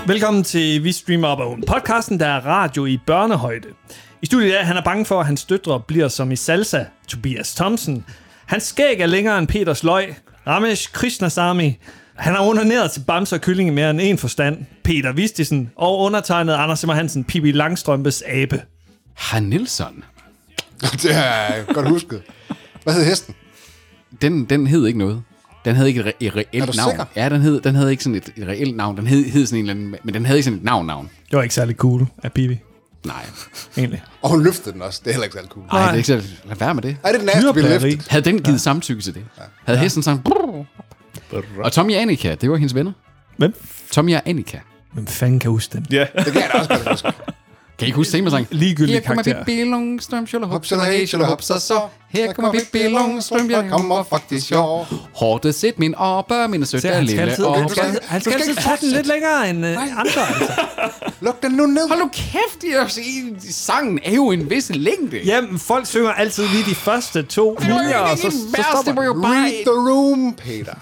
Velkommen til Vi Streamer Op og podcasten, der er radio i børnehøjde. I studiet er han bange for, at hans døtre bliver som i salsa, Tobias Thomsen. Hans skæg er længere end Peters løg, Ramesh Krishnasamy. Han har onaneret til bamser og kylling i mere end en forstand, Peter Vistisen, og undertegnet Anders Simmer Hansen, Pippi Langstrømpes abe. Herr Nielsen. Det er godt husket. Hvad hed hesten? Den hed ikke noget. Den havde ikke et reelt navn. Sikker? Ja, den havde ikke sådan et reelt navn. Den hed sådan en eller anden, men den havde ikke sådan et navn. Det var ikke særlig cool af Pippi, Nej. egentlig. Og hun løftede den også. Det er heller ikke særlig cool. Nej, det er ikke så. Lad være med det. Ej, det er den næste, vi Dyreplageri. løftet. Havde den givet samtykke til det? Havde hesten sådan... Og Tommy og Annika, det var hendes venner. Hvem? Tommy og Annika. Hvem fanden kan huske dem? Ja. Det kan jeg da også godt huske. Kan I ikke huske temasangen? Ligegyldige Her kommer karakterer. Pippi Longstrøm, Sjølle Hop, hop, så hey, så hop, så. Her kommer Pippi Longstrøm, jeg kommer faktisk sjov. Hårdt set min oppe, mine Så søster han skal lille altid, og... han skal altid tage den lidt længere end andre, altså. Luk den nu ned. Hold nu kæft, sangen er jo en vis længde. Jamen, folk synger altid lige de første 2 linjer, og så stopper det var jo den. bare... Read the room, Peter.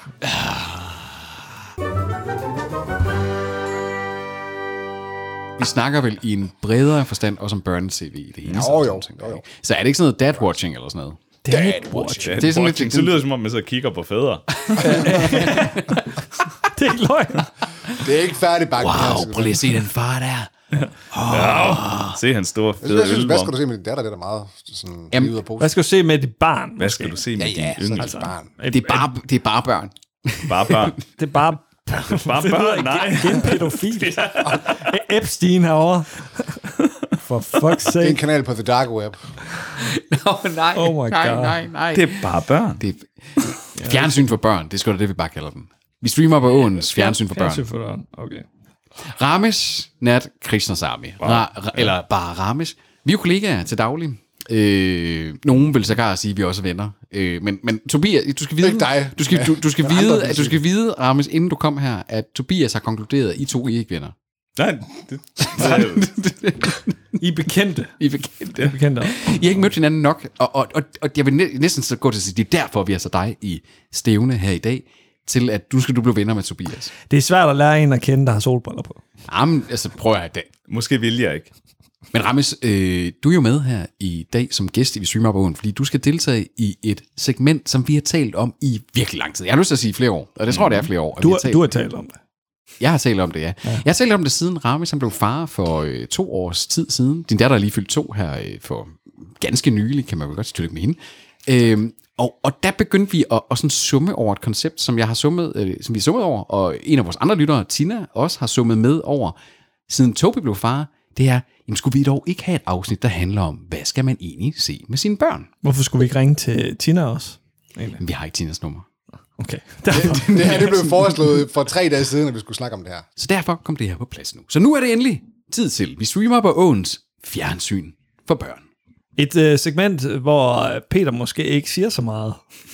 Vi snakker vel i en bredere forstand også om børne-tv i det ene. Jo. Så er det ikke sådan noget dad-watching eller sådan noget? Dad-watching. Det er sådan lidt- Så lyder det, som om man så kigger på fædre. Det er ikke løgn. Det er ikke færdig bakke. Wow, prøv lige at se den far der. Se hans store fede Hvad skal ølbom. du se med din datter? Det er da meget sådan Jamen, livet af pose. Hvad skal du se med dit barn? Hvad skal du se med Ja, din sådan yndling? et barn. Det er bare børn. Bare børn. Det er bare... Bare børn, nej. Igen pædofil. Epstein herovre. For fuck's Det er en sake. kanal på The Dark Web. Nå, nej, Oh my God. nej. Det er bare børn. Det er fjernsyn for børn, det er sgu da det, vi bare kalder den. Vi streamer på åens fjernsyn for børn. Okay. Ramesh Nat Krishnasamy. Eller bare Ramesh. Vi er jo kollegaer til daglig. Nogen vil sågar sige, at vi også er venner. Men Tobias, du skal vide... Ikke dig. Du skal vide, Ramesh, inden du kom her, at Tobias har konkluderet, at I to ikke venner. Nej, det I er bekendte. I er bekendte. I er bekendte. I har ikke mødt hinanden nok, og jeg vil næsten så gå til at sige, det er derfor, vi har så dig i stævne her i dag, til at du blive venner med Tobias. Det er svært at lære en at kende, der har solbriller på. Jamen, altså prøv at det. Måske vil jeg ikke. Men Ramesh, du er jo med her i dag som gæst i Vi Streamer Bogen, fordi du skal deltage i et segment, som vi har talt om i virkelig lang tid. Jeg har lyst til at sige flere år, og det tror jeg, det er flere år. Du har talt om det. Jeg har talt om det, ja. Jeg har talt om det siden Ramesh, som blev far for 2 års tid siden. Din datter er lige fyldt 2 her for ganske nylig, kan man vel godt sige tillykke med hende. Og der begyndte vi at sådan summe over et koncept, som vi har summet over, og en af vores andre lyttere, Tina, også har summet med over, siden Tobi blev far. Det er, jamen skulle vi dog ikke have et afsnit, der handler om, hvad skal man egentlig se med sine børn? Hvorfor skulle vi ikke ringe til Tina også? Men vi har ikke Tinas nummer. Okay. Det her det blev foreslået for 3 dage siden, at vi skulle snakke om det her. Så derfor kom det her på plads nu. Så nu er det endelig tid til, vi streamer på åens fjernsyn for børn. Et segment, hvor Peter måske ikke siger så meget.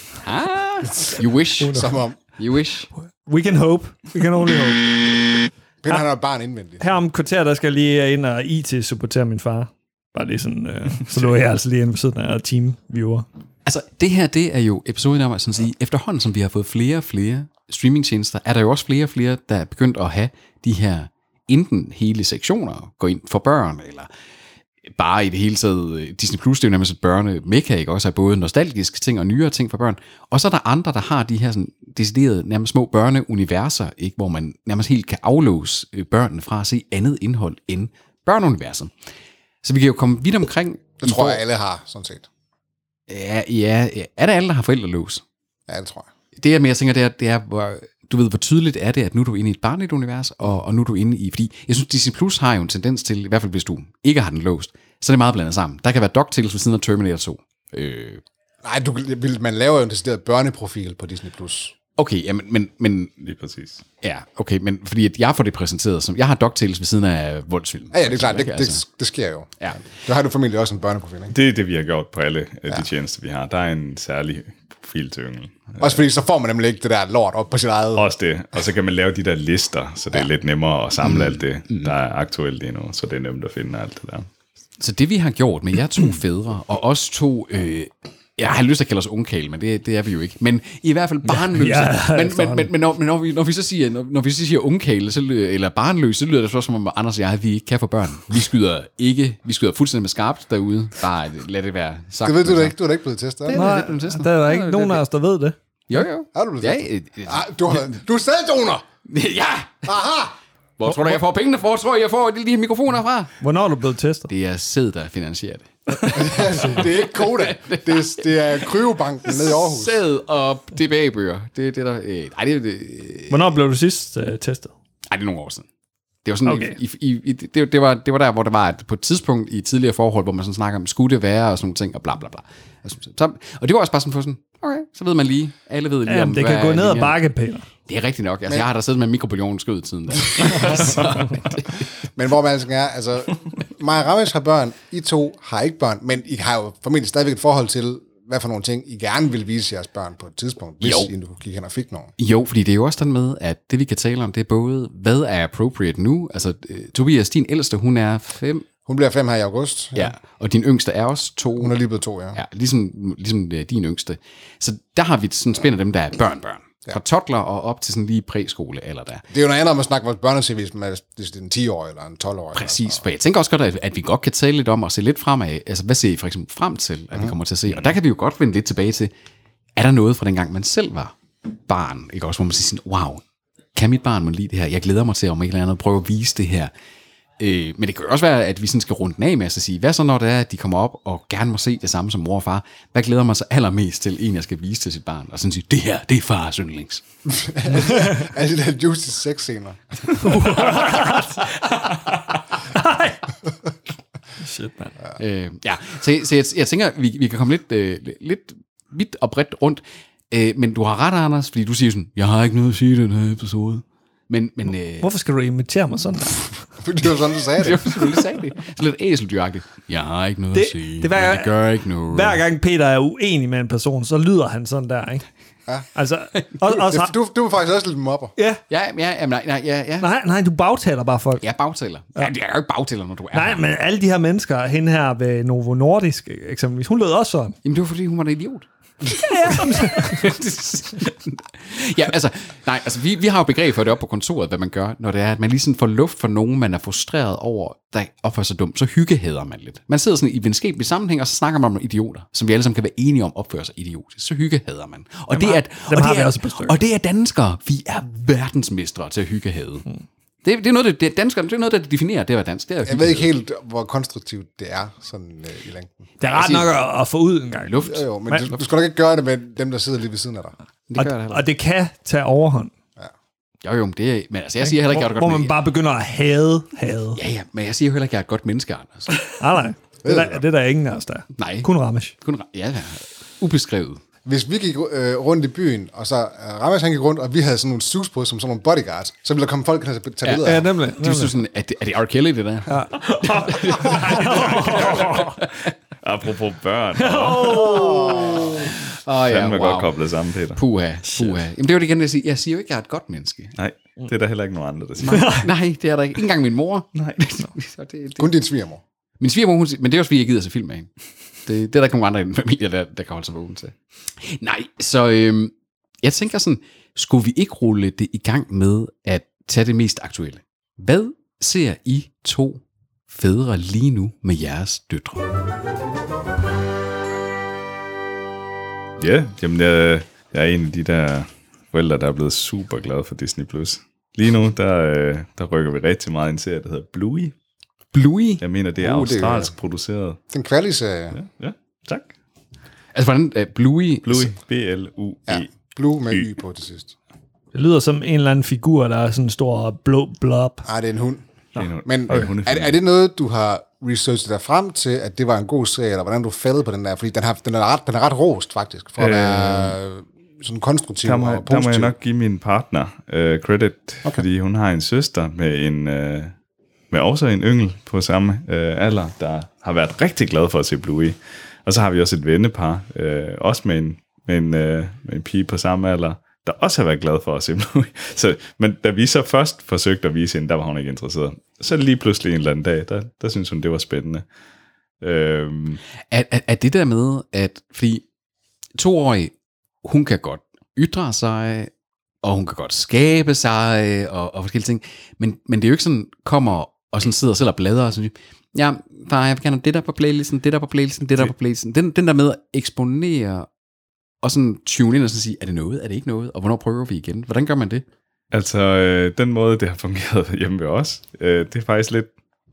You wish. Som om You wish. We can hope. We can only hope. Peter han har et barn indvendigt. Her om kvarter, der skal jeg lige ind og IT-supportere min far. Bare lige sådan, så lå jeg altså lige inde ved siden af team-viewer. Altså, det her, det er jo episoden om, at sådan sige, efterhånden som vi har fået flere og flere streamingtjenester, er der jo også flere og flere, der er begyndt at have de her enten hele sektioner, gå ind for børn, eller bare i det hele taget, Disney Plus, det er jo nærmest et børne-mekka, ikke? Også er både nostalgiske ting og nyere ting for børn. Og så er der andre, der har de her sådan deciderede, nærmest små børneuniverser, ikke? Hvor man nærmest helt kan aflåse børnene fra at se andet indhold end børneuniverset. Så vi kan jo komme vidt omkring. Det tror jeg, alle har, sådan set. Ja, er det alle, der har forældrelås? Ja, det tror jeg. Det, jeg mere tænker, det er hvor tydeligt er det, at nu er du inde i et barnligt univers, og nu er du inde i, fordi jeg synes, Disney Plus har jo en tendens til, i hvert fald hvis du ikke har den låst, så er det meget blandet sammen. Der kan være DuckTales ved siden af Terminator 2. Nej, man laver jo en decideret børneprofil på Disney Plus. Okay, ja, men Lige præcis. ja, okay, men fordi at jeg får det præsenteret som, jeg har DuckTales ved siden af voldsfilm. Ja, det er klart, Ikke? det sker jo. Ja. Så har du formentlig også en børneprofil, ikke? Det er det, vi har gjort på alle de tjenester, vi har. Der er en særlig profil til yngel. Også fordi så får man nemlig ikke det der lort op på sit eget. Også det. Og så kan man lave de der lister, så det er lidt nemmere at samle alt det, der er aktuelt lige nu. Så det er nemt at finde alt det der. Så det vi har gjort med jer 2 fædre, og også 2 Jeg har lyst til at kalde os ungkæle, men det er vi jo ikke. Men i hvert fald barnløse. Men når vi så siger ungkæle, eller barnløse, så lyder det så som om Anders og jeg, vi ikke kan få børn. Vi skyder fuldstændig med skarpt derude. Bare lad det være sagt. Det ved du da ikke. Du er da ikke blevet testet. Nej, der er ikke nogen af os, der ved det. Jo. Har du blevet testet? Du er sæddonor! Ja! Aha! Hvor tror du, jeg får pengene fra? Hvor tror jeg får de her mikrofoner fra? Hvornår er du blevet testet? Det er sæd, der finansierer det. Det er ikke Koda. Det er Kryobanken nede i Aarhus. Sæd og DBA-bøger. Det er det, der... Hvornår blev du sidst testet? Nej, det er nogle år siden. Det var sådan, okay. det var der, hvor det var at på et tidspunkt i tidligere forhold, hvor man sådan snakker om, skulle det være, og sådan nogle ting, og bla bla bla. Og det var også bare sådan for sådan, okay, så ved man lige, alle ved lige om, det kan gå ned ad bakke, Peter. Det er rigtigt nok. Altså, jeg har da siddet med en mikrobølgeovn skød i tiden. Men hvor man altså er, altså, mig og Ramesh har børn, I to har ikke børn, men I har jo formentlig stadigvæk et forhold til, hvad for nogle ting, I gerne vil vise jeres børn på et tidspunkt, hvis I nu gik hen og fik nogen. Jo, fordi det er jo også den med, at det vi kan tale om, det er både, hvad er appropriate nu? Altså, Tobias, din ældste, hun er 5. Hun bliver 5 her i august. Ja, og din yngste er også 2. Hun er lige blevet 2, ja. Ja, ligesom din yngste. Så der har vi sådan spændt dem, der er børn. Ja. Fra toddler og op til sådan lige præskole eller der. Det er jo noget andet, om at snakke vores børne-CV, hvis man er en 10-årig eller en 12-årig. Præcis, for jeg tænker også godt, at vi godt kan tale lidt om at se lidt fremad. Altså, hvad ser I for eksempel frem til, at vi kommer til at se? Og der kan vi jo godt vende lidt tilbage til, er der noget fra dengang, man selv var barn? Ikke også, hvor man siger sådan, wow, kan mit barn må lide det her? Jeg glæder mig til om et eller andet prøve at vise det her. Men det kan jo også være, at vi sådan skal runde den af med at sige, hvad så når det er, at de kommer op og gerne må se det samme som mor og far? Hvad glæder man sig allermest til, en jeg skal vise til sit barn? Og sådan sige, det her, det er fars yndlings. Er det der juicy sex-scener? Shit, man. Ja, så jeg tænker, vi kan komme lidt vidt og bredt rundt. Men du har ret, Anders, fordi du siger sådan, jeg har ikke noget at sige i den her episode. Men hvorfor skal du imitere mig sådan? Det var sådan, du sagde det. Du sagde det. Så lidt æseldyragtigt. Jeg har ikke noget at sige. Det gør ikke noget. Hver gang Peter er uenig med en person, så lyder han sådan der, ikke? Ja. Altså, du er faktisk også lidt mobber. Ja. Ja. Nej, du bagtaler bare folk. Jeg bagtaler. Ja, jeg er jo ikke bagtaler, når du er. Nej, men alle de her mennesker, hende her ved Novo Nordisk eksempelvis, hun lød også sådan. Jamen, det var fordi, hun var en idiot. Ja, altså, vi har jo begreb for det op på kontoret, hvad man gør, når det er, at man lige sådan får luft for nogen, man er frustreret over, der opfører sig dumt, så hyggehæder man lidt. Man sidder sådan i venskabelig sammenhæng, og så snakker man om idioter, som vi alle sammen kan være enige om opfører sig idiotisk. Så hyggehæder man. Og det er danskere. Vi er verdensmestre til at hyggehæde. Det er noget, det der definerer, det at være dansk. Det er jeg ved ikke helt, hvor konstruktivt det er sådan i længden. Det er ret nok at få ud en gang. Luft. Jo, men du skal nok ikke gøre det med dem, der sidder lige ved siden af dig. Og det kan tage overhånd. Ja. Jo, det er, men altså, jeg siger heller ikke, at jeg er et godt hvor man bare begynder at hade. Ja, men jeg siger heller ikke, at jeg er et godt menneske, Anders. Nej. Det er der ingen af os, der. Nej. Kun Ramesh. Ja, ubeskrevet. Hvis vi gik rundt i byen, og så Ramesh han gik rundt, og vi havde sådan nogle suits på, som sådan nogle bodyguards, så ville der komme folk, der tage billeder af. Ja, nemlig. De synes sådan, er det R. Kelly, det der? Ja. Apropos børn. Ja, wow. Godt koblet sammen, Peter. Puha. Jamen, det var det igen, jeg siger. Jeg siger jo ikke, at jeg er et godt menneske. Nej, det er der heller ikke nogen andre, der siger. Nej, det er der ikke. Ikke engang min mor. Nej. Så det. Kun din svigermor. Min svigermor, hun siger, men det er også fordi, jeg gider at se film med hende. Det er der ikke nogen andre i den familie, der kan holde sig vågen til. Nej, så jeg tænker sådan, skulle vi ikke rulle det i gang med at tage det mest aktuelle? Hvad ser I to fædre lige nu med jeres døtre? Ja, jamen jeg er en af de der forældre, der er blevet super glad for Disney+. Lige nu, der rykker vi rigtig meget en serie, der hedder Bluey. Bluey? Jeg mener, det er australsk produceret. Den kvaliserie. Ja, tak. Altså, hvordan Bluey? Bluey, B-L-U-E. Ja, Blue med Y på til sidst. Det lyder som en eller anden figur, der er sådan en stor blå blob. Nej, det er en hund. En hund. Men er det noget, du har researchet dig frem til, at det var en god serie, eller hvordan du faldet på den der? Fordi den er ret rost, faktisk, for at være sådan konstruktiv og positiv. Der må jeg nok give min partner credit, fordi hun har en søster med også en yngel på samme alder, der har været rigtig glad for at se Bluey. Og så har vi også et vennepar, også med en pige på samme alder, der også har været glad for at se Bluey. Men da vi så først forsøgte at vise hende, der var hun ikke interesseret. Så lige pludselig en eller anden dag, der synes hun, det var spændende. Er det der med, at fordi 2-årig, hun kan godt ytre sig, og hun kan godt skabe sig, og forskellige ting. Men det er jo ikke sådan, kommer og sådan sidder selv og bladrer, og sådan, ja, far, jeg vil gerne have det der på playlisten, det der på playlisten, det der på playlisten. Den der med at eksponere, og sådan tune ind og sådan sige, er det noget, er det ikke noget, og hvornår prøver vi igen? Hvordan gør man det? Altså, den måde, det har fungeret hjemme ved os, det er faktisk lidt...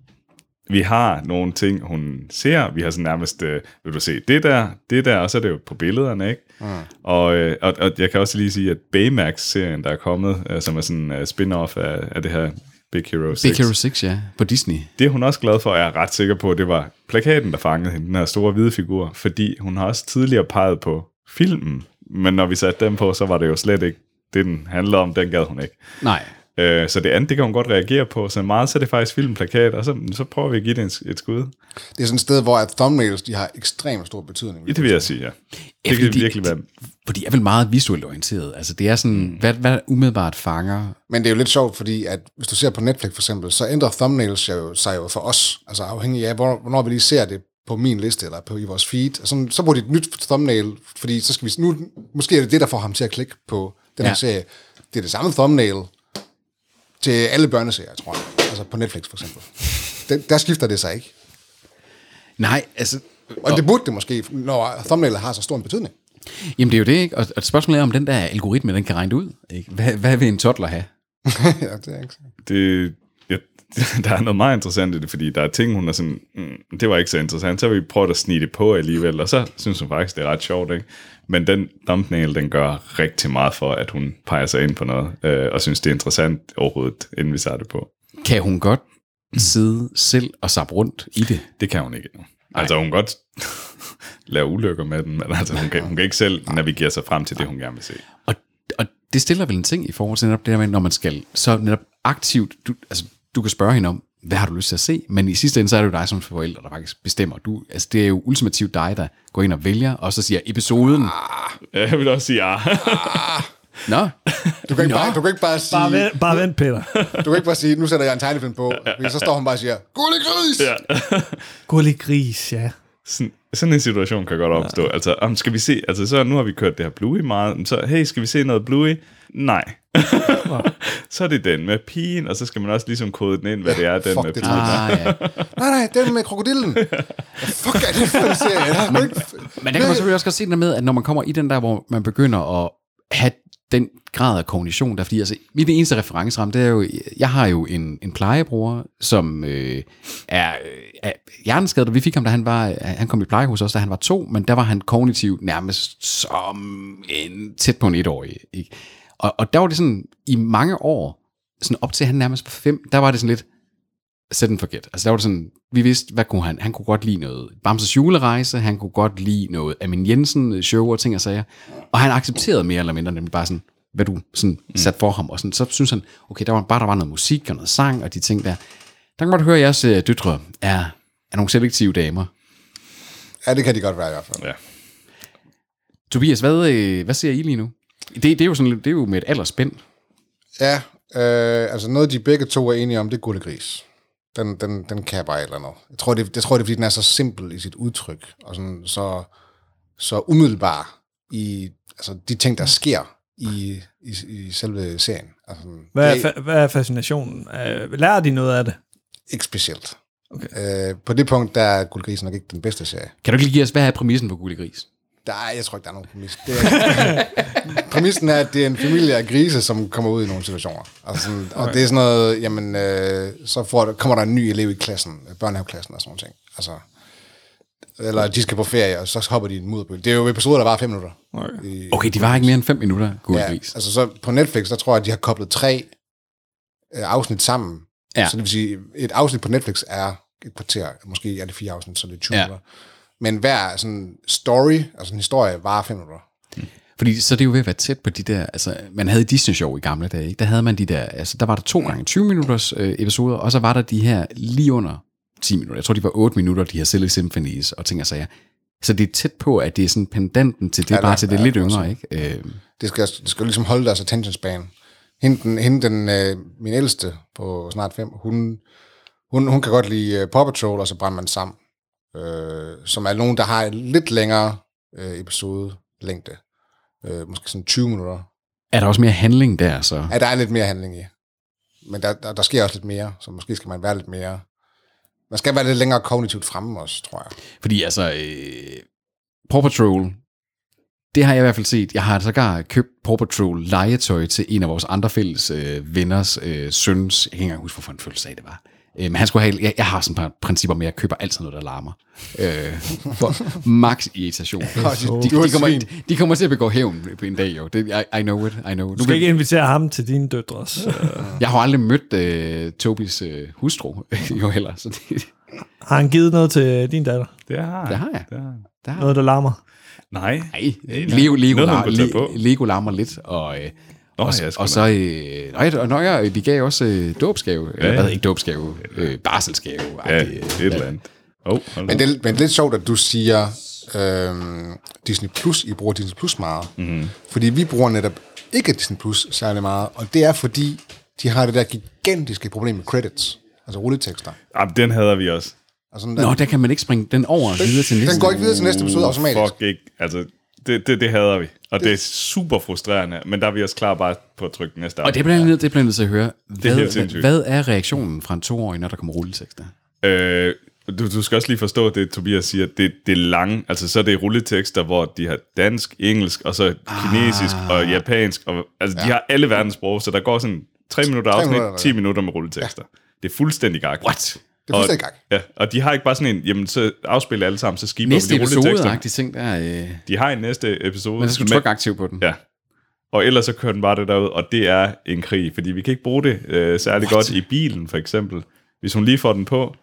Vi har nogle ting, hun ser. Vi har sådan nærmest, vil du se, det der, og så er det jo på billederne, ikke? Og jeg kan også lige sige, at Baymax-serien, der er kommet, som er sådan en spin-off af det her Big Hero 6. Big Hero 6, ja, på Disney. Det er hun også glad for, og jeg er ret sikker på, at det var plakaten, der fangede hende, den her store hvide figur, fordi hun har også tidligere peget på filmen, men når vi satte dem på, så var det jo slet ikke det, den handlede om, den gad hun ikke. Nej. Så det andet, det kan hun godt reagere på, så meget så er det faktisk filmplakat, og så prøver vi at give det et skud. Det er sådan et sted, hvor thumbnails, de har ekstremt stor betydning. Det vil jeg sige, ja. Det kan virkelig være... For de er vel meget visuelt orienteret. Altså det er sådan, hvad umiddelbart fanger. Men det er jo lidt sjovt, fordi at hvis du ser på Netflix for eksempel, så ændrer thumbnails sig jo for os. Altså afhængig af, hvornår vi lige ser det på min liste, eller i vores feed. Og så bruger de et nyt thumbnail, fordi så skal vi... Nu, måske er det der får ham til at klikke på den her serie. Det er det samme thumbnail til alle børneserier, tror jeg. Altså på Netflix for eksempel. Der skifter det sig ikke. Nej, altså... Og det burde det måske, når thumbnailet har så stor en betydning. Jamen det er jo det, ikke? Og spørgsmålet er, om den der algoritme, den kan regne det ud. Ikke? Hvad vil en toddler have? Ja, det er ikke der er noget meget interessant i det, fordi der er ting, hun er sådan, det var ikke så interessant, så har vi prøvet at snige det på alligevel, og så synes hun faktisk, det er ret sjovt, ikke? Men den thumbnail, den gør rigtig meget for, at hun peger sig ind på noget, og synes, det er interessant overhovedet, inden vi sætter det på. Kan hun godt sidde selv og zappe rundt i det? Det kan hun ikke endnu. Altså hun kan godt lave ulykker med den, men altså, hun kan ikke selv navigere sig frem til det, hun gerne vil se. Og det stiller vel en ting i forhold til netop det der med, når man skal så netop aktivt, du kan spørge hende om, hvad har du lyst til at se? Men i sidste ende, så er det jo dig som forældre, der faktisk bestemmer. Det er jo ultimativt dig, der går ind og vælger, og så siger episoden... Jeg vil også sige, Nå. Du kan ikke bare sige... Bare vent, Peter. Du kan ikke bare sige, nu sætter jeg en tegnefilm på, så står hun bare og siger, gullig gris! Ja. Gullig gris, ja. Sådan en situation kan godt opstå. Altså, skal vi se, altså så nu har vi kørt det her Bluey meget, så hey, skal vi se noget Bluey? Nej. Så er det den med pigen, og så skal man også ligesom kode den ind, hvad det er, den med pigen. Ja. Nej, den med krokodillen. Fuck er det for en serie? Men der kan man selvfølgelig også godt se den med, at når man kommer i den der, hvor man begynder at have den grad af kognition, der fordi altså, mit eneste referenceramme, det er jo, jeg har jo en plejebror, som er hjerneskadet, og vi fik ham, da han kom i plejehus også, da han var 2, men der var han kognitivt nærmest som tæt på en 1-årig, ikke? Og der var det sådan, i mange år, sådan op til han nærmest var 5, der var det sådan lidt, set and forget. Altså der var det sådan, vi vidste, hvad kunne han? Han kunne godt lide noget Bamses julerejse, han kunne godt lide noget Amin Jensen show og ting og sager. Og han accepterede mere eller mindre, nemlig bare sådan, hvad du sådan sat for ham. Og sådan, så synes han, okay, der var noget musik og noget sang og de ting der. Der kan godt høre, at jeres døtre er nogle selektive damer. Ja, det kan de godt være i hvert fald. Ja. Tobias, hvad ser I lige nu? Det er jo med et aldersspænd. Ja, altså noget, de begge to er enige om, det er gullig gris. Den kan jeg bare et eller andet. Jeg tror, det er, fordi den er så simpel i sit udtryk, og sådan, så umiddelbar i altså, de ting, der sker i selve serien. Altså, hvad er fascinationen? Lærer de noget af det? Ikke specielt. Okay. På det punkt, der er Gullig Gris nok ikke den bedste serie. Kan du ikke lige give os, hvad er præmissen for Gullig Gris? Jeg tror ikke, der er nogen præmis. Præmissen er, at det er en familie af grise, som kommer ud i nogle situationer. Altså sådan, og det er sådan noget, jamen, så kommer der en ny elev i klassen, børnehaveklassen og sådan noget ting. Altså, eller de skal på ferie, og så hopper de i en mudderbøl. Det er jo episoder, der var 5 minutter. Okay, de var ikke mere end 5 minutter, Gullig Gris. Altså så på Netflix, der tror jeg, at de har koblet 3 afsnit sammen. Ja. Så det vil sige, et afsnit på Netflix er et kvarter, måske er det 4 afsnit, så det er 20 minutter. Men hver sådan story, altså en historie, varer 5 minutter. Fordi så er det jo ved at være tæt på de der, altså man havde Disney-show i gamle dage, ikke? Der havde man de der, altså der var der 2 gange 20 minutters episoder, og så var der de her lige under 10 minutter. Jeg tror, de var 8 minutter, de her Silly Symphonies og ting og sager. Så det er tæt på, at det er sådan pendanten til det, bare til det lidt yngre, ikke? Det skal ligesom holde deres attention span. Min ældste på snart 5, hun kan godt lide Paw Patrol, og så Brandmand Sam, som er nogen, der har en lidt længere episode længde. Måske sådan 20 minutter. Er der også mere handling der, så? Ja, der er lidt mere handling i. Men der sker også lidt mere, så måske skal man være lidt mere... Man skal være lidt længere kognitivt fremme også, tror jeg. Fordi altså, Paw Patrol, det har jeg i hvert fald set. Jeg har sågar købt Paw Patrol legetøj til en af vores andre fælles venners søns. Jeg kan ikke engang huske, hvorfor en fødselsdag det var. Men han skulle have, jeg har sådan et par principper med, at jeg køber altid noget, der larmer. For max irritation. De kommer til at begå hævn på en dag, jo. I know it. Du skal ikke invitere ham til dine døtres. Jeg har aldrig mødt Tobis hustru, jo heller. Så Har han givet noget til din datter? Det har jeg. Noget, der larmer? Nej. Lego larmer lidt, og de gav også dåbsgave. Ikke dåbsgave, barselsgave. Ja, et eller andet. Men det er lidt sjovt, at du siger Disney Plus, I bruger Disney Plus meget. Mm-hmm. Fordi vi bruger netop ikke Disney Plus særlig meget, og det er fordi, de har det der gigantiske problem med credits, altså rulletekster. Ja, den hader vi også. Altså, der kan man ikke springe den over videre til næste. Den går ikke videre til næste episode automatisk. Fuck ikke, altså... Det hader vi, og det er super frustrerende, men der er vi også klar bare på at trykke næste. Og det bliver nødt til at høre. Hvad er reaktionen fra en 2-årig, når der kommer rulletekster? Du skal også lige forstå det, Tobias siger, det er lange, altså så er det rulletekster, hvor de har dansk, engelsk, og så kinesisk og japansk, og altså de har alle verdens sprog, så der går sådan 3 minutter afsnit, 10 minutter med rulletekster. Ja. Det er fuldstændig gak. What? Det er fuldstændig gak. Ja, og de har ikke bare sådan en, jamen så afspiller alle sammen, så skiber vi de rulletekster. De har en næste episode. Men så skal du trykke aktiv på den. Ja. Og ellers så kører den bare det derud, og det er en krig, fordi vi kan ikke bruge det særlig godt i bilen, for eksempel. Hvis hun lige får den på,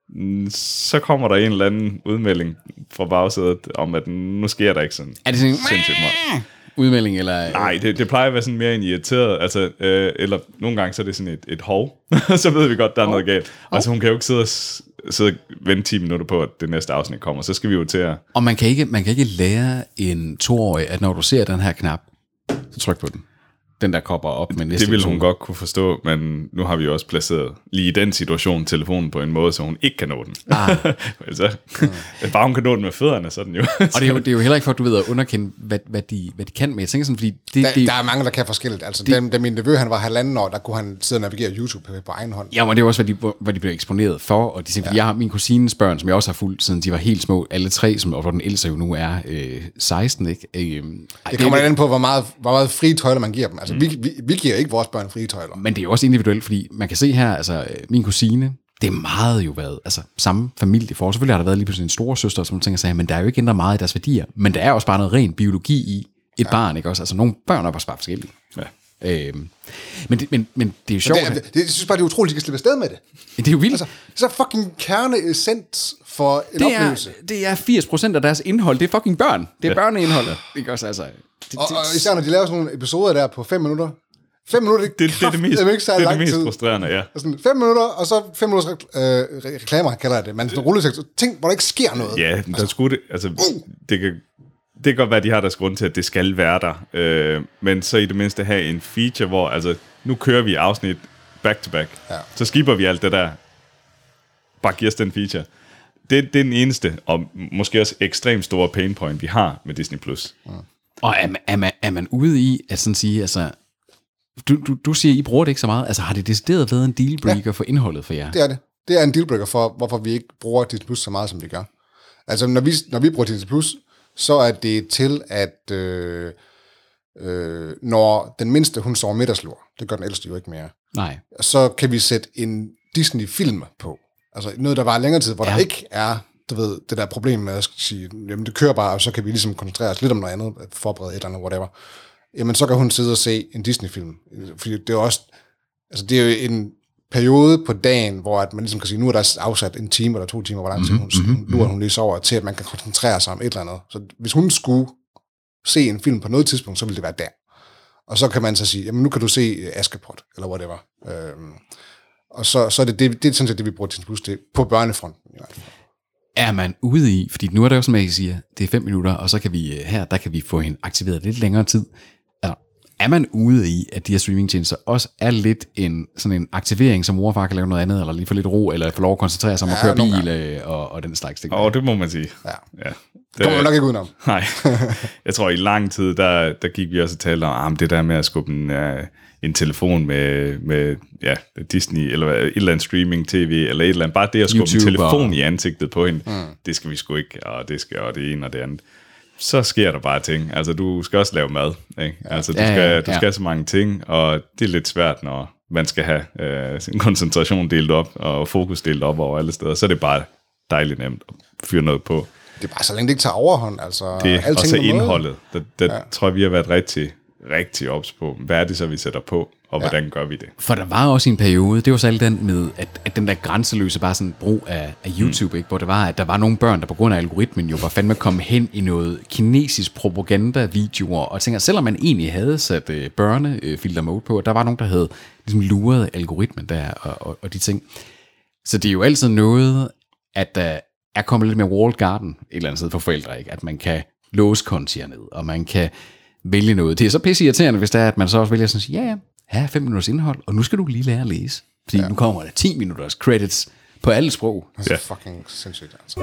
så kommer der en eller anden udmelding fra bagsædet om, at nu sker der ikke sådan. Er det sådan sindssygt meget udmelding, eller? Nej, det plejer at være sådan mere en irriteret, altså, eller nogle gange så er det sådan et hov, så ved vi godt, der er noget galt. Altså hun kan jo ikke sidde og vente 10 minutter på, at det næste afsnit kommer, så skal vi jo til at... Og man kan ikke lære en 2-årig, at når du ser den her knap, så tryk på den. Den der kopper op med næste. Det ville hun godt kunne forstå, men nu har vi jo også placeret lige i den situation telefonen på en måde, så hun ikke kan nå den. Altså, bare hun kan nå den med fødderne, så den jo. Og det er jo heller ikke for, at du ved at underkende, hvad de kan med. Jeg tænker sådan, fordi... Der er mange, der kan forskelligt. Altså, da min nevø, han var 1,5 år, der kunne han sidde og navigere YouTube på egen hånd. Ja, men det er også, hvad de blev eksponeret for. Og de tænker, jeg har min kusines børn, som jeg også har fulgt, siden de var helt små, alle 3, og hvor den ældste jo nu er 16, ikke? Det kommer an på, hvor meget frie tøjler man giver dem. Altså, vi giver ikke vores børn frie tøjler. Men det er jo også individuelt, fordi man kan se her, altså min kusine, det er meget jo været, altså samme familie for. Selvfølgelig har der været lige pludselig en store søster, som tænker sig, men der er jo ikke ændret meget i deres værdier. Men der er også bare noget ren biologi i et barn, ikke også? Altså nogle børn er bare forskellige. Ja. Men det er jo sjovt. Jeg synes bare, det er utroligt, at de kan slippe afsted med det. Det er jo vildt. Altså, så fucking kerneessens for en oplevelse. Det er 80% af deres indhold, det er fucking børn. Det er børneindholdet. Ikke også, altså... Og især når de laver sådan nogle episoder der på 5 minutter. 5 minutter, det er det mest frustrerende, ja. Sådan 5 minutter, og så 5 minutters reklamer, kalder jeg det. Men sådan rulletekst, ting, hvor der ikke sker noget. Ja, der skulle det, altså, det kan godt være, at de har deres grund til, at det skal være der. Men så i det mindste have en feature, hvor, altså, nu kører vi afsnit back to back. Ja. Så skipper vi alt det der. Bare giver os den feature. Det er den eneste, og måske også ekstremt store pain point, vi har med Disney+. Mm. Og er man ude i at sådan sige, altså, du siger, I bruger det ikke så meget. Altså, har det decideret været en dealbreaker for indholdet for jer? Det er det. Det er en dealbreaker for, hvorfor vi ikke bruger Disney Plus så meget, som vi gør. Altså, når vi bruger Disney Plus, så er det til, at når den mindste, hun sover middagslur, det gør den ældste jo ikke mere. Nej. Så kan vi sætte en Disney-film på. Altså, noget, der var længere tid, hvor der ikke er, du ved, det der problem med at sige, jamen, det kører bare, og så kan vi ligesom koncentrere os lidt om noget andet, forberede et eller andet, whatever. Jamen, så kan hun sidde og se en Disney-film. Fordi det er også, altså det er jo en periode på dagen, hvor at man ligesom kan sige, nu er der afsat en time eller 2 timer, hvor lang tid hun lige sover, til at man kan koncentrere sig om et eller andet. Så hvis hun skulle se en film på noget tidspunkt, så ville det være der. Og så kan man så sige, jamen nu kan du se Askepot, eller whatever. Og så er det er sådan set det, vi bruger Disney Plus til, på børnefronten i hvert fald. Er man ude i, fordi nu er det jo som jeg siger, det er 5 minutter, og så kan vi der kan vi få hende aktiveret lidt længere tid. er man ude i, at de her streamingtjenester også er lidt sådan en aktivering, som mor og far kan lave noget andet, eller lige få lidt ro, eller få lov at koncentrere sig om at køre bil, og den slags ting. Det må man sige. Ja. Det kommer man nok ikke udenom. Nej. Jeg tror, i lang tid, der gik vi også og talte om, det der med at skubbe en telefon med Disney, eller et eller andet streaming-tv, eller et eller andet. Bare det at skubbe YouTube en telefon i ansigtet på hende, det skal vi sgu ikke, og det skal og det ene og det andet. Så sker der bare ting. Altså, du skal også lave mad, ikke? Altså, du skal så mange ting, og det er lidt svært, når man skal have sin koncentration delt op, og fokus delt op over alle steder. Så er det bare dejligt nemt at fyre noget på. Det er bare så længe det ikke tager overhånd. Altså, det er også indholdet. Det tror jeg, vi har været rigtig ops på. Hvad er det så, vi sætter på, og hvordan gør vi det? For der var også en periode, det var så den med, at den der grænseløse bare sådan brug af YouTube, ikke? Hvor det var, at der var nogle børn, der på grund af algoritmen jo var fandme kommet hen i noget kinesisk propaganda-videoer, og tænker, selvom man egentlig havde sat børnefilter mode på, der var nogen, der havde ligesom luret algoritmen der, og de ting. Så det er jo altid noget, at der er kommet lidt mere walled garden et eller andet sted for forældre, ikke? At man kan låse kontier ned, og man kan vælge noget. Det er så pisse irriterende, hvis det er, at man så også vælger sådan at sige, ja, her er 5 minutters indhold, og nu skal du lige lære at læse. Fordi nu kommer der 10 minutters credits på alle sprog. Det er fucking sindssygt, altså.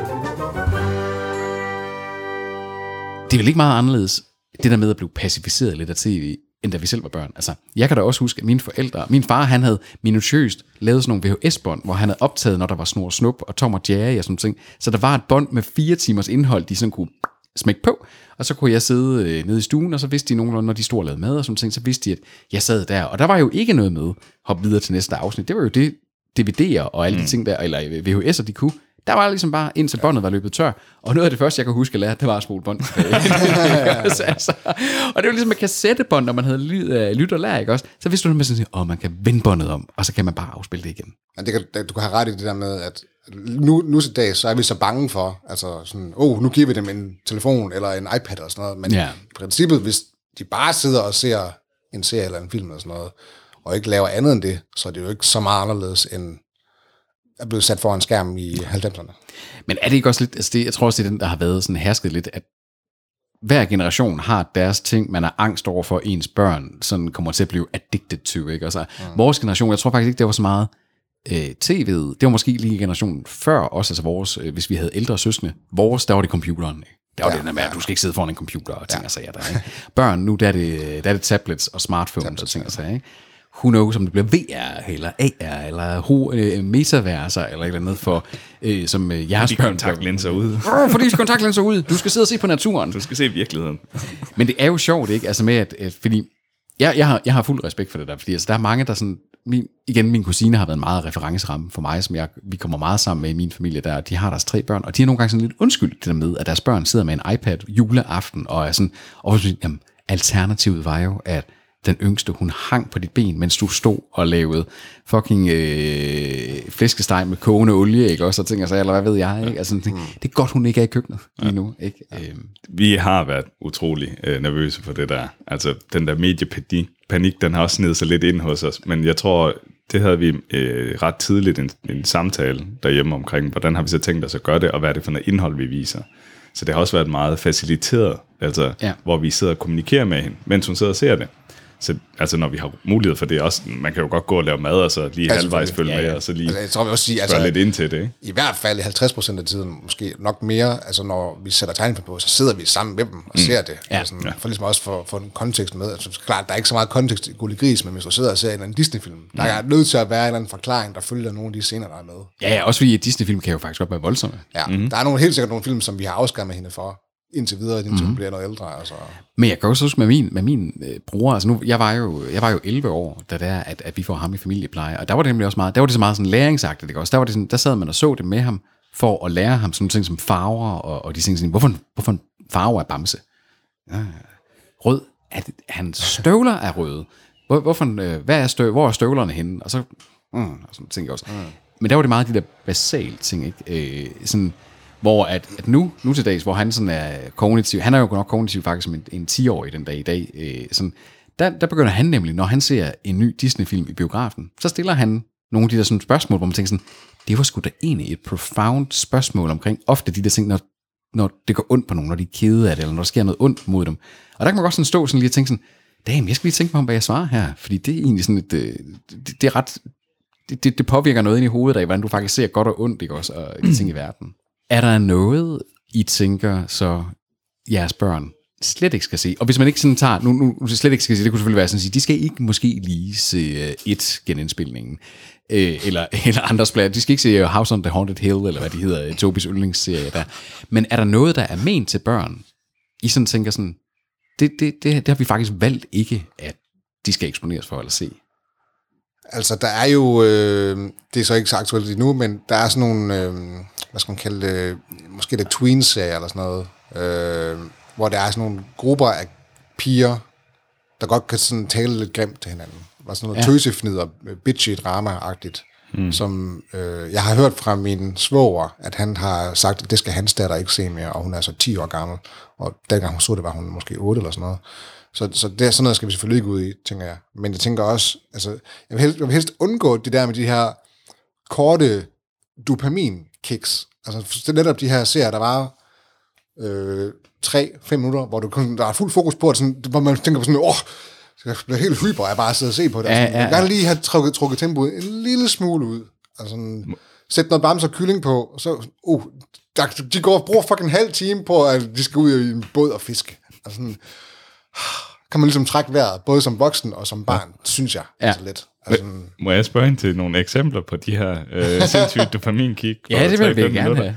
Det er vel ikke meget anderledes, det der med at blive pacificeret lidt af tv, end da vi selv var børn. Altså, jeg kan da også huske, at min far, han havde minutiøst lavet sådan nogle VHS-bånd, hvor han havde optaget, når der var Snor og Snup og Tom og Jerry og sådan ting. Så der var et bånd med 4 timers indhold, de sådan kunne smække på, og så kunne jeg sidde nede i stuen, og så vidste de nogenlunde, når de stod og lavede mad og sådan ting, så vidste de, at jeg sad der, og der var jo ikke noget med hoppe videre til næste afsnit. Det var jo det, DVD'er og alle de ting der, eller VHS'er, de kunne. Der var ligesom bare, indtil båndet var løbet tør, og noget af det første, jeg kunne huske at lære, det var at spole bånd tilbage. Altså, og det var ligesom med kassettebånd, når man havde lyt og lær, ikke også? Så vidste du med sådan at man kan vende båndet om, og så kan man bare afspille det igen. Ja, du kan have ret i det der med, at nu til dag, så er vi så bange for, altså sådan, nu giver vi dem en telefon eller en iPad og sådan noget, men i princippet, hvis de bare sidder og ser en serie eller en film eller sådan noget, og ikke laver andet end det, så er det jo ikke så meget anderledes end er blevet sat foran skærmen i 90'erne. Men er det ikke også lidt, altså jeg tror også, det er den, der har været sådan hersket lidt, at hver generation har deres ting, man er angst over for, ens børn sådan kommer til at blive addicted to, ikke? Altså, vores generation, jeg tror faktisk ikke, det var så meget tv'et, det var måske lige generationen før også, altså vores, hvis vi havde ældre søskende, der var det computeren, ikke? Der var det der med, at du skal ikke sidde foran en computer og ting og sager der, ikke? Børn, nu der er det tablets og smartphones og ting og sager, ikke? Who knows, om det bliver VR, eller AR, eller metaverser, eller et eller andet for, som jeres børn. Kontaktlinser ude. Fordi kontaktlinser ude. Du skal sidde og se på naturen. Du skal se virkeligheden. Men det er jo sjovt, ikke? Altså med, at fordi jeg har fuld respekt for det der, fordi altså, der er mange, der sådan, min kusine har været en meget referenceramme for mig, som vi kommer meget sammen med i min familie der, de har deres 3 børn, og de har nogle gange sådan lidt undskyldt det der med, at deres børn sidder med en iPad juleaften, og er sådan, og jamen, alternativet var jo, at den yngste, hun hang på dit ben, mens du stod og lavede fucking flæskesteg med kogende olie, ikke også, og tænker sig, eller hvad ved jeg, ikke? Altså, det er godt, hun ikke er i køkkenet lige nu, ikke? Vi har været utrolig nervøse for det der. Altså, den der mediepanik, den har også snedet sig lidt ind hos os, men jeg tror, det havde vi ret tidligt en samtale derhjemme omkring, hvordan har vi så tænkt os at gøre det, og hvad er det for noget indhold, vi viser. Så det har også været meget faciliteret, altså, hvor vi sidder og kommunikerer med hende, mens hun sidder og ser det. Så altså, når vi har mulighed for det også, man kan jo godt gå og lave mad, og så lige halvvejs følge med, og så lige jeg tror, også sige, spørge lidt ind til det, ikke? I hvert fald 50% af tiden, måske nok mere, altså når vi sætter tegnefilm på, så sidder vi sammen med dem og ser det. For ligesom også for en kontekst med. Altså, klart, der er ikke så meget kontekst i Gulli Gris, men hvis du sidder og ser en anden Disney-film, der er nødt til at være en eller anden forklaring, der følger nogle af de scener, der er med. Ja, også fordi Disney-film kan jo faktisk godt være voldsomme. Ja, der er helt sikkert nogle film, som vi har afskærmet hende for, indtil videre, indtil hun bliver noget ældre. Altså. Men jeg kan også huske med min bror, altså nu, jeg var jo 11 år, da det er, at vi får ham i familiepleje, og der var det nemlig også meget, der var det så meget sådan læringsagtigt, ikke også? Der var det sådan, der sad man og så det med ham, for at lære ham sådan nogle ting som farver, og de ting sådan, hvorfor en farve er bamse? Ja, rød, hans støvler er røde. Hvor er støvlerne henne? Og så, og sådan ting også. Men der var det meget de der basale ting, ikke? Sådan, hvor at nu til dags, hvor han sådan er kognitiv, han er jo nok kognitiv faktisk som en 10-årig den dag i dag, sådan, der begynder han nemlig, når han ser en ny Disney-film i biografen, så stiller han nogle af de der sådan spørgsmål, hvor man tænker sådan, det var sgu da egentlig et profound spørgsmål omkring, ofte de der ting, når det går ondt på nogen, når de er kede af det, eller når der sker noget ondt mod dem. Og der kan man godt sådan stå sådan lige og tænke sådan, Damn, jeg skal lige tænke mig om, hvad jeg svarer her, fordi det er egentlig sådan et, det er ret, det påvirker noget ind i hovedet af, hvordan du faktisk ser godt og ondt, ikke også, og de ting i verden. Er der noget, I tænker, så jeres børn slet ikke skal se? Og hvis man ikke sådan tager, nu slet ikke skal se, det kunne selvfølgelig være sådan at sige, de skal ikke måske lige se genindspilningen, eller andres planer. De skal ikke se House on the Haunted Hill, eller hvad de hedder, Tobis yndlingsserie der. Men er der noget, der er ment til børn? I sådan tænker sådan, det har vi faktisk valgt ikke, at de skal eksponeres for eller se. Altså, der er jo, det er så ikke så aktuelt endnu, men der er sådan nogle, hvad skal man kalde det, måske det tween-serier eller sådan noget, hvor der er sådan nogle grupper af piger, der godt kan sådan tale lidt grimt til hinanden. Der er sådan noget tøsefnider, bitchy drama-agtigt, som jeg har hørt fra min svoger, at han har sagt, at det skal hans datter ikke se mere, og hun er så 10 år gammel, og dengang hun så det, var hun måske 8 eller sådan noget. Så det er sådan noget, skal vi selvfølgelig ikke ud i, tænker jeg. Men jeg tænker også, altså, jeg vil helst undgå det der med de her korte dopamin-kicks. Altså, det er netop de her serier, der var 3-5 minutter, hvor der er fuld fokus på, sådan, hvor man tænker på sådan, jeg bliver helt hyper, jeg bare sidder og se på det. Jeg vil gerne lige have trukket tempoet en lille smule ud. Altså, sæt noget bamse og kylling på, og så, de går og bruger fucking en halv time på, at de skal ud i en båd og fiske. Altså, kan man ligesom trække vejret, både som voksen og som barn, synes jeg. Altså lidt. Altså, må jeg spørge ind til nogle eksempler på de her sindssyge dopaminkick? Ja, det vil jeg gerne have.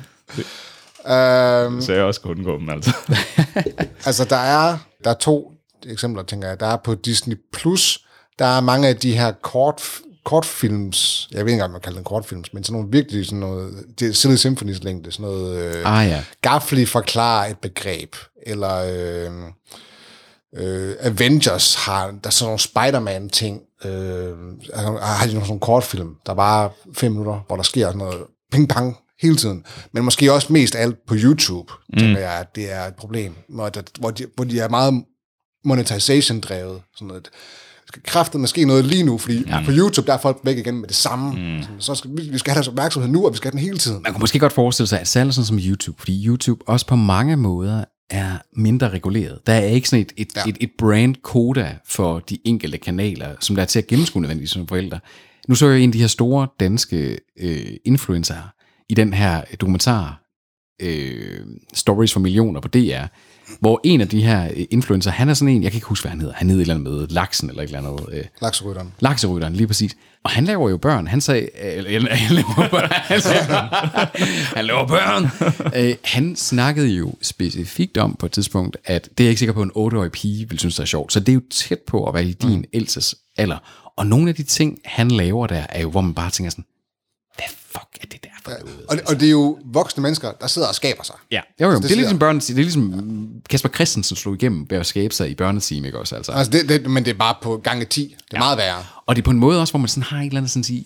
Så jeg også kunne undgå dem, altså. Altså, der er 2 eksempler, tænker jeg. Der er på Disney+, der er mange af de her kortfilms, jeg ved ikke engang, man kalder den kortfilms, men sådan nogle virkelig sådan noget, det er Silly Symphonies længde, sådan noget, Gafli forklarer et begreb, eller Avengers har, der er sådan nogle Spider-Man-ting, har de nogle kortfilm, der bare 5 minutter, hvor der sker sådan noget ping-pang hele tiden, men måske også mest alt på YouTube, tænker jeg, at det er et problem, hvor de er meget monetization-drevet, sådan noget. Kræftet måske noget lige nu, fordi på YouTube, der er folk væk igen med det samme. Så skal vi skal have deres opmærksomhed nu, og vi skal have den hele tiden. Man kunne måske godt forestille sig, at særligt sådan som YouTube, fordi YouTube også på mange måder er mindre reguleret. Der er ikke sådan et brand-koda for de enkelte kanaler, som der er til at gennemskue nødvendigvis som forældre. Nu så jeg en af de her store danske influencer i den her dokumentar Stories for Millioner på DR, hvor en af de her influencer, han er sådan en, jeg kan ikke huske, hvad han hedder. Han hedder et eller andet med Laksen eller et eller andet. Lakserytteren, lige præcis. Og han laver jo børn. Han sagde, han laver børn. Han snakkede jo specifikt om på et tidspunkt, at det er jeg ikke sikker på, en 8-årig pige vil synes, det er sjovt. Så det er jo tæt på at være i din ældes alder. Og nogle af de ting, han laver der, er jo, hvor man bare tænker sådan, hvad fuck er det der for noget? Og det er jo voksne mennesker, der sidder og skaber sig. Ja, jo, det er ligesom det er ligesom Kasper Christensen slog igennem ved at skabe sig i børneteam, ikke også? Altså men det er bare på gange 10. Det er meget værre. Og det er på en måde også, hvor man sådan har et eller andet sådan at sige,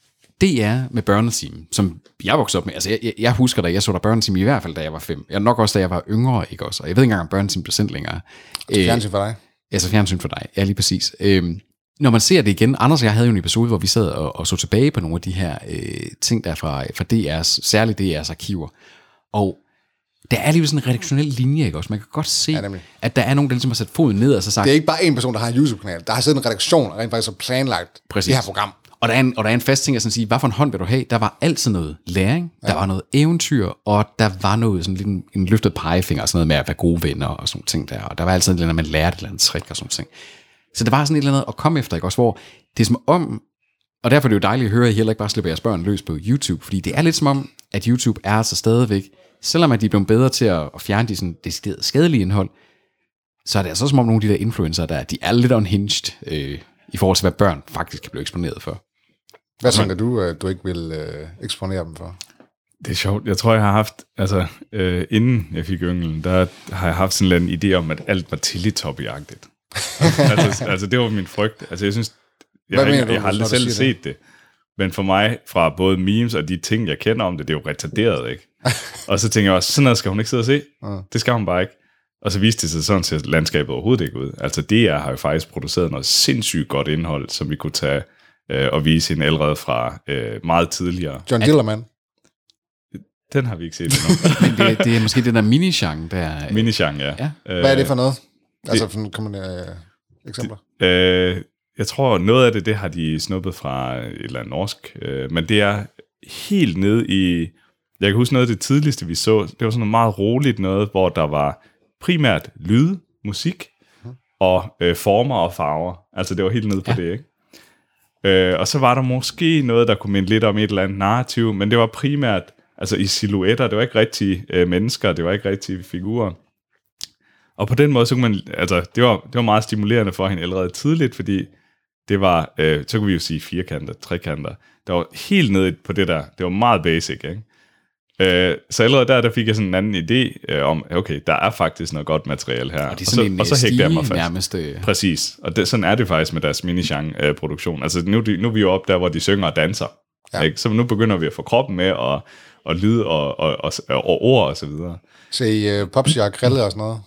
det er med børneteam, som jeg voksede op med. Altså, jeg husker da, jeg så der børneteam i hvert fald, da jeg var 5. Jeg nok også, da jeg var yngre, ikke også? Og jeg ved ikke engang, om børneteam blev sendt længere. Så fjernsyn for dig. Ja, så fjernsyn for dig. Ja, lige præcis. Når man ser det igen, Anders og jeg havde jo en episode, hvor vi sad og så tilbage på nogle af de her ting, der fra DR's, særligt DR's arkiver. Og der er lige sådan en redaktionel linje, ikke også? Man kan godt se, at der er nogen, der ligesom har sat foden ned og så sagt... Det er ikke bare en person, der har en YouTube-kanal. Der har siddet en redaktion, og rent faktisk har planlagt det her program. Og der er en fast ting at sådan sige, hvad for en hånd vil du have? Der var altid noget læring, der var noget eventyr, og der var noget sådan lidt en løftet pegefinger, og sådan noget med at være gode venner og sådan ting der. Og der var altid et eller andet, man lærte et eller andet trick og sådan ting. Så det var sådan et eller andet at komme efter, ikke også? Hvor det er som om, og derfor er det jo dejligt at høre, at I heller ikke bare slipper jeres børn løs på YouTube, fordi det er lidt som om, at YouTube er altså stadigvæk, selvom at de er blevet bedre til at fjerne de sådan decideret skadelige indhold, så er det altså som om nogle af de der influencer, de er lidt unhinged i forhold til, hvad børn faktisk kan blive eksponeret for. Hvad tænker du, du ikke vil eksponere dem for? Det er sjovt. Jeg tror, jeg har haft, inden jeg fik ynglen, der har jeg haft sådan en idé om, at alt var Teletubby-agtigt. altså, det var min frygt. Altså, jeg synes, jeg har aldrig selv set det. Men for mig, fra både memes og de ting, jeg kender om det, det er jo retarderet, ikke? Og så tænker jeg også, sådan noget skal hun ikke sidde og se. Det skal hun bare ikke. Og så viste det sig sådan, at landskabet overhovedet ikke ud. Altså, DR har jo faktisk produceret noget sindssygt godt indhold, som vi kunne tage og vise hende allerede fra meget tidligere. John Dillermand. Den har vi ikke set endnu. Men det er måske den der mini-genre der. Mini-genre, ja. Hvad er det for noget? Altså, kan man eksempler? Jeg tror, noget af det har de snuppet fra et eller andet norsk, men det er helt ned i... Jeg kan huske noget af det tidligste, vi så. Det var sådan noget meget roligt noget, hvor der var primært lyd, musik og former og farver. Altså, det var helt nede på det, ikke? Og så var der måske noget, der kunne minde lidt om et eller andet narrativ, men det var primært altså i silhuetter. Det var ikke rigtige mennesker, det var ikke rigtige figurer. Og på den måde, så kunne man... Altså, det var meget stimulerende for hende allerede tidligt, fordi det var... så kunne vi jo sige firkanter, trekanter. Der var helt nede på det der. Det var meget basic, ikke? Så allerede der fik jeg sådan en anden idé om, okay, der er faktisk noget godt materiale her. Og det er sådan og så hægte jeg mig fast. Nærmest. Præcis. Og sådan er det faktisk med deres mini-genre-produktion. Altså nu er vi jo op der, hvor de synger og danser. Ja. Ikke? Så nu begynder vi at få kroppen med, og lyd og ord og så videre. Så I popsi og grille og sådan noget?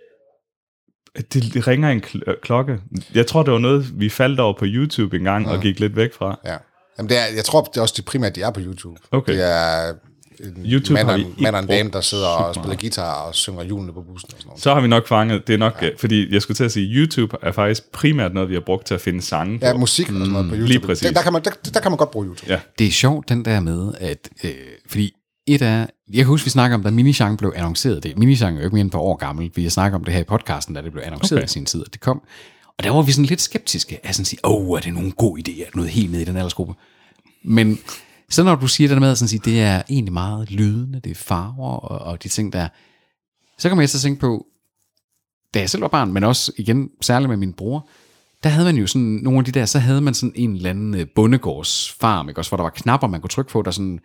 Det ringer en klokke. Jeg tror, det var noget, vi faldt over på YouTube en gang og gik lidt væk fra. Ja. Jamen jeg tror, det er også primært, de er på YouTube. Okay. Det er YouTube mand og en dame, der sidder og spiller guitar og synger hjulene på bussen og sådan noget. Så har vi nok fanget, det er nok, fordi jeg skulle til at sige, YouTube er faktisk primært noget, vi har brugt til at finde sange på. Ja, musik og sådan noget på YouTube. Lige præcis. Der kan man godt bruge YouTube. Ja. Det er sjovt, den der med, at... fordi jeg kan huske, vi snakker om, da minigenre blev annonceret. Minigenre er jo ikke mere end et par år gammel. Vi har snakket om det her i podcasten, da det blev annonceret i sin tid, at det kom. Og der var vi sådan lidt skeptiske. At sådan sige, er det nogen god idé, at noget helt ned i den aldersgruppe? Men så når du siger det med, at sådan sige, det er egentlig meget lydende, det er farver og de ting der, så kommer jeg til at tænke på, da jeg selv var barn, men også igen særligt med min bror, der havde man jo sådan nogle af de der, så havde man sådan en eller anden bondegårdsfarm, ikke også, hvor der var knapper, man kunne trykke på, der sådan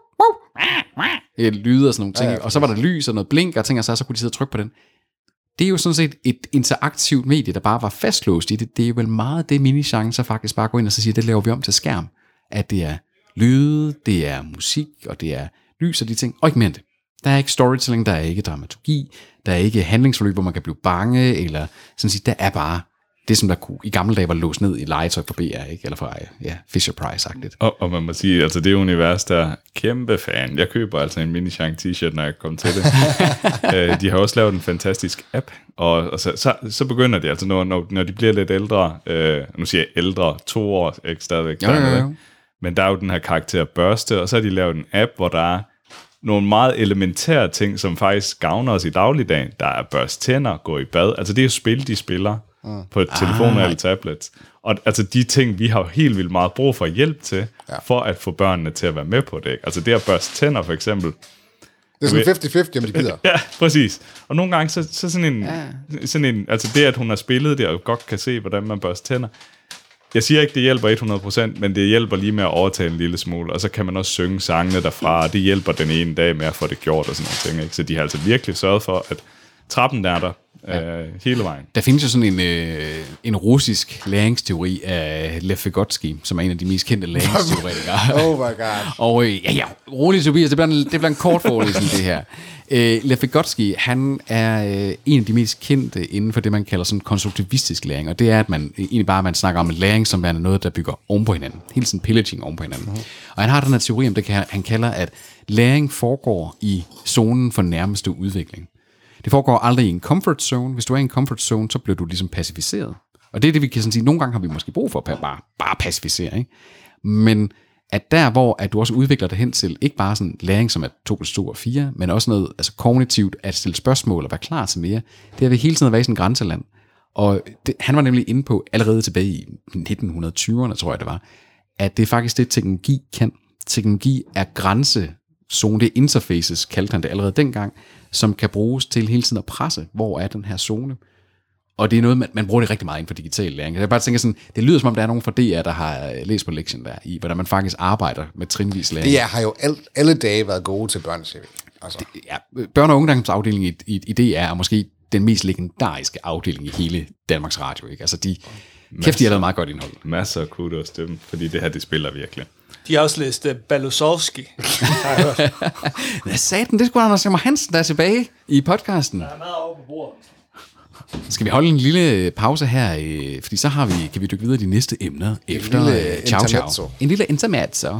lyde og sådan nogle ting, og så var der lys og noget blink og ting, og så kunne de sidde og trykke på den. Det er jo sådan set et interaktivt medie, der bare var fastlåst i det. Det er jo vel meget det minigenre, så faktisk bare går ind og så siger, det laver vi om til skærm. At det er lyde, det er musik, og det er lys og de ting, og ikke mere end det. Der er ikke storytelling, der er ikke dramaturgi, der er ikke handlingsforløb, hvor man kan blive bange, eller sådan sige, der er bare det, som der kunne, i gamle dage var låst ned i legetøj fra BR, ikke? Eller fra Fisher Price-agtigt. Og man må sige, altså det univers, der er kæmpe fan. Jeg køber altså en mini-genre t-shirt, når jeg kommer til det. De har også lavet en fantastisk app, og så begynder de, altså når de bliver lidt ældre, nu siger jeg ældre, 2 år, ikke stadigvæk. Jo. Men der er jo den her karakter Børste, og så har de lavet en app, hvor der er nogle meget elementære ting, som faktisk gavner os i dagligdagen. Der er børste tænder, gå i bad. Altså det er jo spil, de spiller på telefoner eller tablets. Og altså de ting, vi har helt vildt meget brug for hjælp til, for at få børnene til at være med på det. Ikke? Altså det at børste tænder for eksempel. Det er sådan 50-50, om de gider. Ja, præcis. Og nogle gange, så sådan en, altså det, at hun har spillet det, og godt kan se, hvordan man børster tænder. Jeg siger ikke, det hjælper 100%, men det hjælper lige med at overtale en lille smule, og så kan man også synge sangene derfra, og det hjælper den ene dag med at få det gjort og sådan nogle ting. Ikke? Så de har altså virkelig sørget for, at trappen der hele vejen. Der findes jo sådan en russisk læringsteori af Lev Vygotsky, som er en af de mest kendte læringsteoretikere. Oh my god. Og rolig Tobias, det bliver en kort forelæsning det her. Lev Vygotsky, han er en af de mest kendte inden for det, man kalder sådan konstruktivistisk læring, og det er, at man snakker om læring som er noget, der bygger oven på hinanden. Hele sådan pillaging oven på hinanden. Og han har den her teori om det, han kalder, at læring foregår i zonen for nærmeste udvikling. Det foregår aldrig i en comfort zone. Hvis du er i en comfort zone, så bliver du ligesom pacificeret. Og det er det, vi kan sådan sige, nogle gange har vi måske brug for at bare pacificere, ikke? Men at der, hvor at du også udvikler dig hen til, ikke bare sådan læring, som er 2 + 2 = 4, men også noget altså kognitivt, at stille spørgsmål og være klar til mere, det har vi hele tiden været i sådan en grænseland. Og han var nemlig inde på, allerede tilbage i 1920'erne, tror jeg det var, at det er faktisk det, teknologi kan. Teknologi er grænsezone, det er interfaces, kaldte han det allerede dengang, som kan bruges til hele tiden at presse, hvor er den her zone. Og det er noget, man bruger det rigtig meget inden for digital læring. Jeg bare tænker sådan, det lyder som om, der er nogen fra DR, der har læst på lektionen der, i hvordan man faktisk arbejder med trinvis læring. Det har jo alle dage været gode til børne-tv. Altså. Børne- og ungdomsafdeling i DR er måske den mest legendariske afdeling i hele Danmarks Radio. Ikke? Altså de har lavet meget godt indhold. Masser af kudos til dem, fordi det her, det spiller virkelig. De har også læst Balusovski. Hvad sagde den? Det skulle Anders Simmer Hansen, der er tilbage i podcasten. Der er meget over på bordet. Skal vi holde en lille pause her, fordi så kan vi dykke videre i de næste emner efter ciao. En lille intermezzo.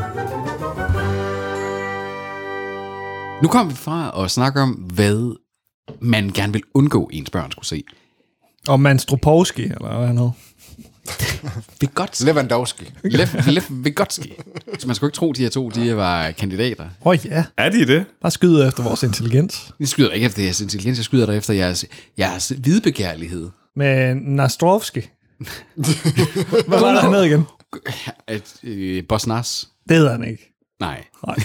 Nu kommer vi fra at snakke om, hvad man gerne vil undgå, ens børn skulle se. Og Manstropowski, eller hvad han hed. Vigotski. Lewandowski. Lev Vigotski. Så man skulle ikke tro, de her to, de var kandidater. Ja. Er de det? Bare skyder efter vores intelligens. Jeg skyder ikke efter jeres intelligens, jeg skyder der efter jeres hvidbegærlighed. Med Nastrovski. Hvad var der hernede igen? Bosnas. Det hedder han ikke. Nej.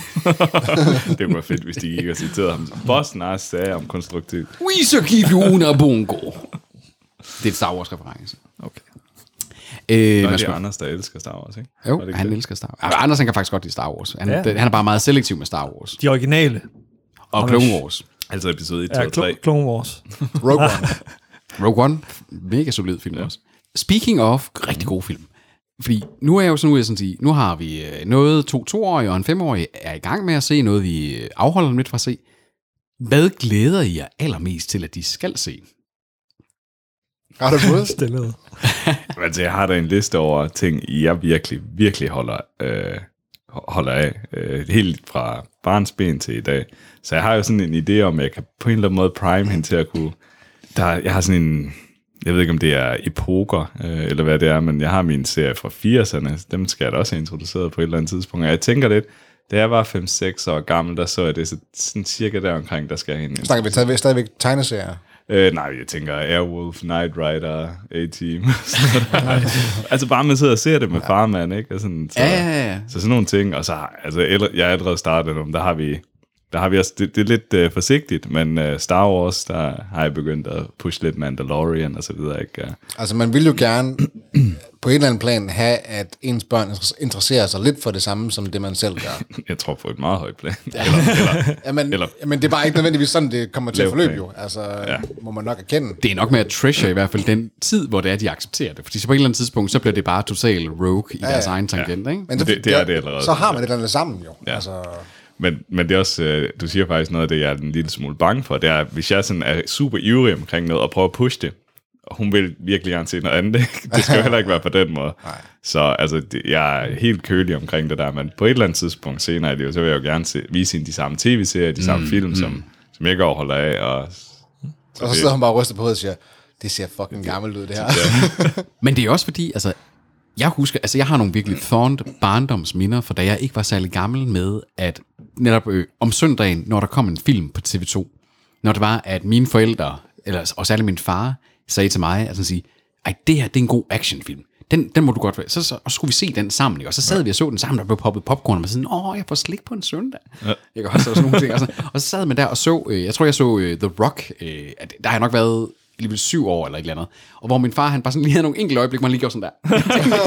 Det var fedt, hvis de gik og citerede ham. Bosnas sagde om konstruktivt. We so give you una bongo. Det er et Star Wars-reference. Okay. Det er Anders, der elsker Star Wars, ikke? Jo, han elsker Star Wars. Anders, han kan faktisk godt lide Star Wars. Han er bare meget selektiv med Star Wars. De originale. Og Clone Wars. Altså episode 1, 2 og 3. Clone Wars. Rogue One. Mega solid film også. Speaking of, rigtig god film. Fordi nu er jeg jo sådan ude at sige, nu har vi noget 2-årige og en 5-årige er i gang med at se, noget vi afholder dem lidt fra at se. Hvad glæder I jer allermest til, at de skal se? Har du fået stillet? Altså, jeg har da en liste over ting, jeg virkelig holder af. Helt fra barnsben til i dag. Så jeg har jo sådan en idé om, at jeg kan på en eller anden måde prime hende til at kunne... Jeg har sådan en... Jeg ved ikke, om det er epoker, eller hvad det er, men jeg har min serie fra 80'erne. Dem skal jeg da også have introduceret på et eller andet tidspunkt. Og jeg tænker lidt, da jeg var 5-6 år gammel, der så jeg det sådan cirka der omkring, der skal jeg hen. Snakker vi stadigvæk tegneserier? Nej, jeg tænker Airwolf, Knight Rider, A-Team. Altså bare man sidder og ser det med farmand, ikke? Og sådan, så sådan nogle ting. Og så altså, jeg er allerede startet om, der har vi også, det er lidt forsigtigt, men Star Wars, der har jeg begyndt at pushe lidt Mandalorian og så videre, ikke? Altså man vil jo gerne på en eller anden plan have, at ens børn interesserer sig lidt for det samme, som det man selv gør. Jeg tror på et meget højt plan. Jamen, det er bare ikke nødvendigvis sådan, det kommer til at forløbe jo. Altså, må man nok erkende. Det er nok med at treasure i hvert fald den tid, hvor det er, de accepterer det. Fordi så på et eller andet tidspunkt, så bliver det bare total rogue i deres egen tangent, ikke? Men det er det allerede. Så har man det der sammen jo. Ja. Altså... Men det er også, du siger faktisk noget af det, jeg er en lille smule bange for, det er, hvis jeg sådan er super ivrig omkring noget, og prøver at pushe det, og hun vil virkelig gerne se noget andet, ikke? Det skal jo heller ikke være på den måde. Nej. Så altså, jeg er helt kølig omkring det der, men på et eller andet tidspunkt senere i livet, så vil jeg jo gerne vise hende de samme tv-serier, de samme film, som jeg går og holder af. Og så sidder hun bare og ryster på hovedet og siger, det ser fucking gammelt ud, det her. Men det er også fordi, altså, jeg husker, altså jeg har nogle virkelig fond barndomsminder, for da jeg ikke var særlig gammel med, at netop om søndagen, når der kom en film på TV2, når det var, at mine forældre, og særligt min far, sagde til mig, altså sige, ej, det her, det er en god actionfilm. Den må du godt være. Så skulle vi se den sammen, ikke? Og så sad vi og så den sammen, der blev poppet popcorn, og man sådan, jeg får slik på en søndag. Jeg kan også sådan nogle ting. Og så sad man der og så, jeg tror jeg så The Rock, der har nok været alligevel 7 år eller et eller andet, og hvor min far, han bare sådan lige havde nogle enkelte øjeblik, man lige gjorde sådan der.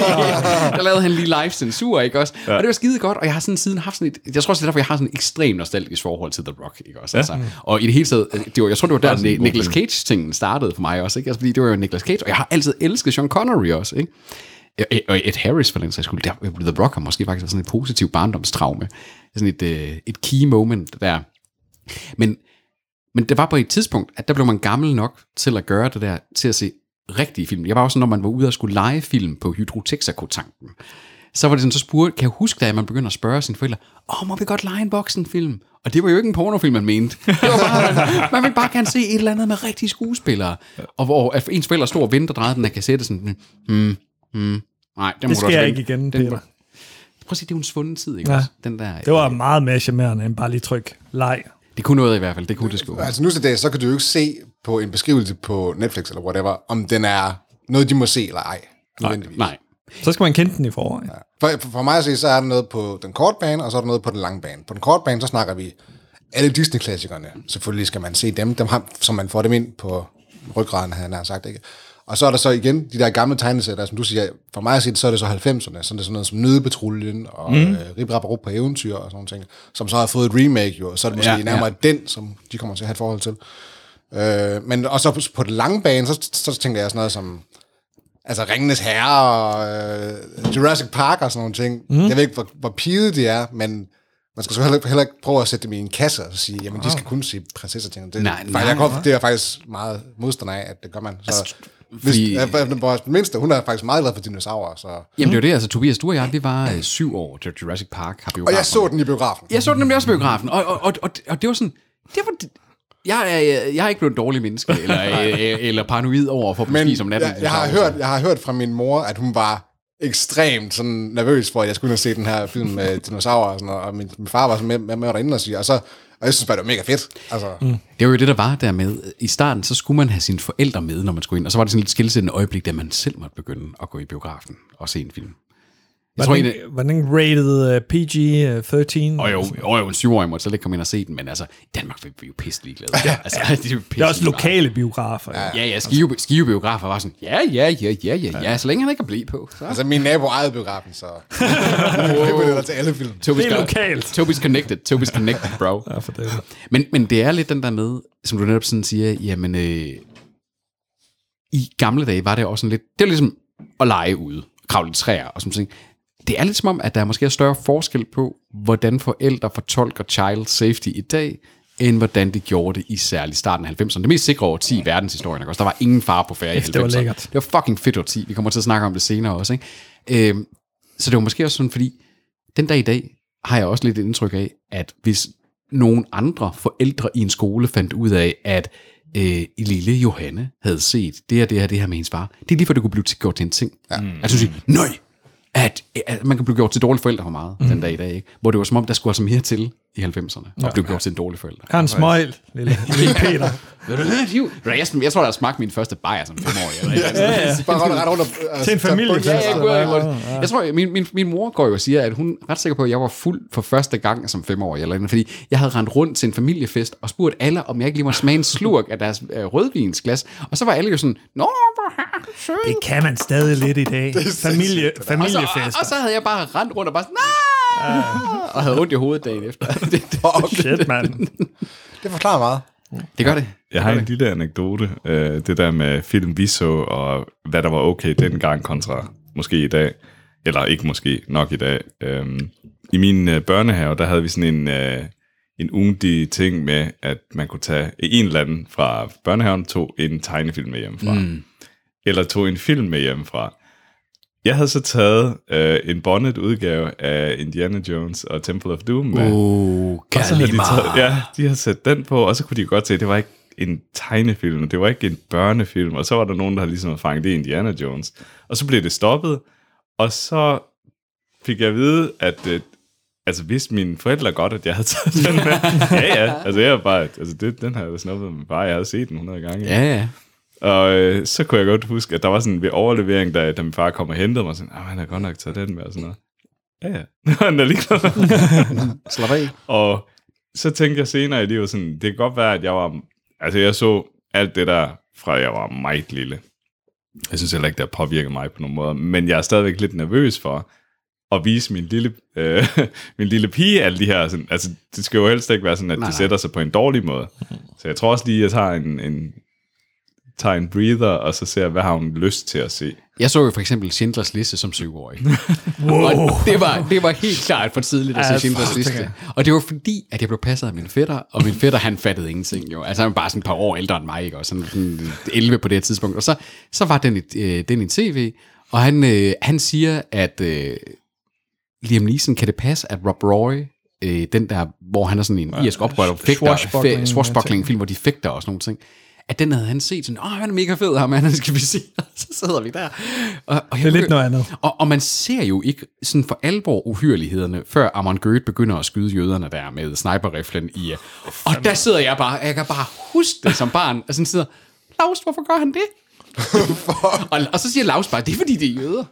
Der lavede han lige live censur, ikke også? Ja. Og det var skide godt, og jeg har sådan siden haft sådan et, jeg tror også, det er derfor, jeg har sådan et ekstremt nostalgisk forhold til The Rock, ikke også? Altså, og i det hele taget, jeg tror, det var der, Nicolas Cage-tingen startede for mig også, ikke? Altså, fordi det var jo Nicolas Cage, og jeg har altid elsket Sean Connery også, ikke? Og Ed Harris for den sags skyld, The Rock har måske faktisk sådan et positivt barndomstraume, sådan et key moment der. Men det var på et tidspunkt, at der blev man gammel nok til at gøre det der, til at se rigtige film. Jeg var også, når man var ude og skulle lege film på Hydro Texaco-tanken. Så var det sådan, så spurgte, kan jeg huske, da man begyndte at spørge sine forældre, må vi godt lege en voksenfilm? Og det var jo ikke en pornofilm, man mente. Det var bare, man ville bare gerne se et eller andet med rigtige skuespillere. Og hvor ens forældre stod og ventede og drejede den der kassette sådan, nej, den må det sker ikke igen, Peter. Prøv at se, det er jo en svunden tid, ikke også? Den der, det var meget mere charmerende end bare lige tryk leg. Det kunne noget i hvert fald, det kunne det sgu. Altså nu til dag, så kan du jo ikke se på en beskrivelse på Netflix eller whatever, om den er noget, de må se eller ej. Nej. Så skal man kende den i forvejen. Ja. For mig at se, så er der noget på den korte bane, og så er der noget på den lange bane. På den korte bane, så snakker vi alle Disney-klassikerne. Selvfølgelig skal man se dem som man får dem ind på ryggraden, havde han sagt, ikke? Og så er der så igen de der gamle tegneserier, som du siger, for mig at se, så er det så 90'erne, så er det sådan noget som Nødepatruljen og Rip Rap og Rup på eventyr og sådan nogle ting, som så har fået et remake jo, så er det måske nærmere den, som de kommer til at have et forhold til. Men og så på den lange bane, så tænker jeg sådan noget som, altså Ringenes Herre og Jurassic Park og sådan nogle ting. Jeg ved ikke, hvor pide de er, men man skal så heller ikke prøve at sætte dem i en kasse og sige, jamen de skal kun se prinsesser-ting. Det er faktisk meget modstander af, at det gør man. Så, vores mindste, hun er faktisk meget glad for dinosaurer. Så. Jamen det er jo det, altså Tobias, du og jeg, vi var 7 år til Jurassic Park. Og jeg så den i biografen. Jeg så den nemlig også i biografen, og det var sådan, Jeg er ikke blevet en dårlig menneske, eller paranoid over for at spise om natten. Jeg har hørt fra min mor, at hun var ekstremt sådan nervøs for, at jeg skulle ind og se den her film med dinosaurer og sådan noget, og min far var sådan med derinde og sige, og jeg synes bare, det var mega fedt. Altså. Det var jo det, der var der med. I starten, så skulle man have sine forældre med, når man skulle ind, og så var det sådan lidt skilsættende øjeblik, da man selv måtte begynde at gå i biografen og se en film. Var den rated PG-13? Og jo, en 7-årig måtte så ikke komme ind og se den, men altså, i Danmark er vi jo pisse ligeglade. Ja. Altså, det er også lokale biografer. Ja, Skive-biografer var sådan, ja, så længe han ikke kan blive på. Så. Altså, min nabo ejede biografen, så det er til alle film. Det er lokalt. Toby's connected, bro. Ja, for det. Men det er lidt den der med, som du netop sådan siger, jamen, i gamle dage var det også sådan lidt, det var ligesom at lege ude, kravle i træer og sådan noget. Det er lidt som om, at der måske er større forskel på, hvordan forældre fortolker child safety i dag, end hvordan de gjorde det i særligt starten af 90'erne. Det mest sikre årti i verdenshistorien. Der var ingen far på færre i 90'erne. Det var lækkert. Det var fucking fedt årti. Vi kommer til at snakke om det senere også. Ikke? Så det var måske også sådan, fordi den dag i dag har jeg også lidt indtryk af, at hvis nogen andre forældre i en skole fandt ud af, at lille Johanne havde set det her med hendes far, det er lige for, det kunne blive gjort til en ting. Ja. Altså sige, nej! At man kan blive gjort til dårlige forældre for meget den dag i dag, ikke? Hvor det var som om, der skulle altså mere til i 90'erne, og blive gjort til en dårlig forældre. Kan smøjl, lille Peter. Jeg tror, der har smagt min første bajer som 5-årig. Til en familiefest. Jeg tror, min mor går jo og siger, at hun er ret sikker på, at jeg var fuld for første gang som 5-årig, eller andet, fordi jeg havde rendt rundt til en familiefest og spurgt alle, om jeg ikke lige måtte smage en slurk af deres rødvinsglas, og så var alle jo sådan, nå, det kan man stadig lidt i dag. Familiefester. Og så havde jeg bare rendt rundt og bare sådan, og havde ondt i hovedet dagen efter. Shit, mand. Det forklarer meget. Det gør det. Jeg har en lille anekdote. Det der med film, vi så, og hvad der var okay dengang kontra måske i dag. Eller ikke måske, nok i dag. I min børnehave, der havde vi sådan en ugentlig ting med, at man kunne tage en eller anden fra børnehaven, tog en tegnefilm med hjemmefra. Eller tog en film med hjemmefra. Jeg havde så taget en bondet udgave af Indiana Jones og Temple of Doom med. Og så havde de havde sat den på, og så kunne de godt se, at det var ikke en tegnefilm, det var ikke en børnefilm, og så var der nogen, der havde ligesom fanget det i Indiana Jones. Og så blev det stoppet, og så fik jeg at vide, at altså vidste mine forældre godt, at jeg havde taget den med. Ja, altså jeg var bare, altså den har jeg snuppet med bare, jeg havde set den 100 gange. Ja. Og så kunne jeg godt huske, at der var sådan ved overlevering, da min far kom og hentede mig, sådan, han har godt nok taget den med, og sådan noget. Ja. Han er ligeglad. Slap af. Og så tænkte jeg senere i livet sådan, det kan godt være, at jeg så alt det der, fra jeg var meget lille. Jeg synes heller ikke, det har påvirket mig på nogen måde, men jeg er stadigvæk lidt nervøs for at vise min lille pige alle de her, sådan, altså det skal jo helst ikke være sådan, at de sætter sig på en dårlig måde. Så jeg tror også lige, at jeg tager en breather, og så ser jeg, hvad har hun lyst til at se. Jeg så jo for eksempel Schindlers Liste som 7-årig. Og det var helt klart for tidligt at se Schindlers Liste. Og det var fordi, at jeg blev passet af min fætter, og min fætter, han fattede ingenting jo. Altså han var bare sådan et par år ældre end mig, ikke? Og sådan 11 på det her tidspunkt. Og så var den i tv, og han siger, at Liam Neeson, kan det passe, at Rob Roy, den der, hvor han er sådan en irsk oprør, swashbuckling film, hvor de fægter og sådan nogle ting, at den havde han set sådan, han er mega fed, ham, han skal vi se, så sidder vi der. Og det er lidt noget andet. Og man ser jo ikke sådan for alvor uhyrlighederne, før Amon Goeth begynder at skyde jøderne der med sniperriflen i. Og der sidder jeg kan bare huske det som barn, og sådan sidder, Laus, hvorfor gør han det? og så siger Laus bare, det er fordi det er jøder.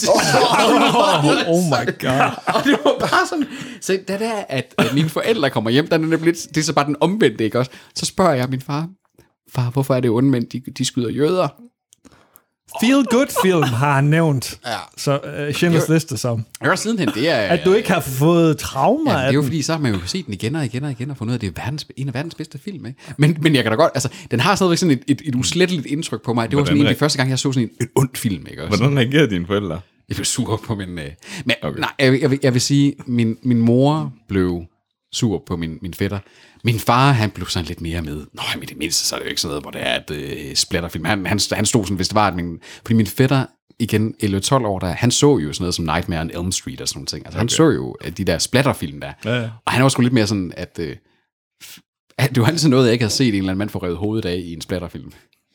Oh my god. Og det var bare sådan. Så det der, at mine forældre kommer hjem, det er så bare den omvendte, ikke også? Så spørger jeg min far, hvorfor er det onde mænd, de skyder jøder? Feel good film har han nævnt. Ja. Så Schindlers Liste som. Jeg sidenhen, det er... At du ikke har fået traumer af den. Det er jo fordi, så har man jo set den igen og igen og igen, og fundet ud af, at det er en af verdens bedste film, ikke? Men jeg kan da godt... Altså, den har stadigvæk sådan et usletteligt indtryk på mig. Det var sådan en af de første gange, jeg så sådan en ond film, ikke? Også. Hvordan reagerede dine forældre? Jeg blev sur på min... Men okay. Nej, jeg vil sige, min mor blev sur på min fætter. Min far, han blev sådan lidt mere med, men i det mindste, så er det jo ikke sådan noget, hvor det er et splatterfilm. Han stod sådan, hvis det var, fordi min fætter, igen, 11-12 år, der, han så jo sådan noget som Nightmare on Elm Street og sådan nogle ting. Altså, han så jo de der splatterfilm der. Ja. Og han var sgu lidt mere sådan, at Det var altid noget, jeg ikke havde set en eller anden mand få revet hovedet af i en splatterfilm.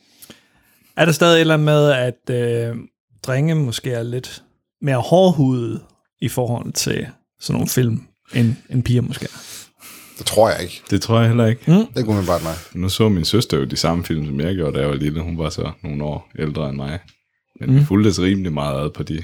Er der stadig et eller andet med, at drenge måske er lidt mere hårdhudet i forhold til sådan nogle film, end piger måske er? Det tror jeg ikke. Det tror jeg heller ikke. Det kunne man bare mig. Nu så min søster jo de samme film, som jeg gjorde, da jeg var lille. Hun var så nogle år ældre end mig. Men vi fulgte så rimelig meget ad på de.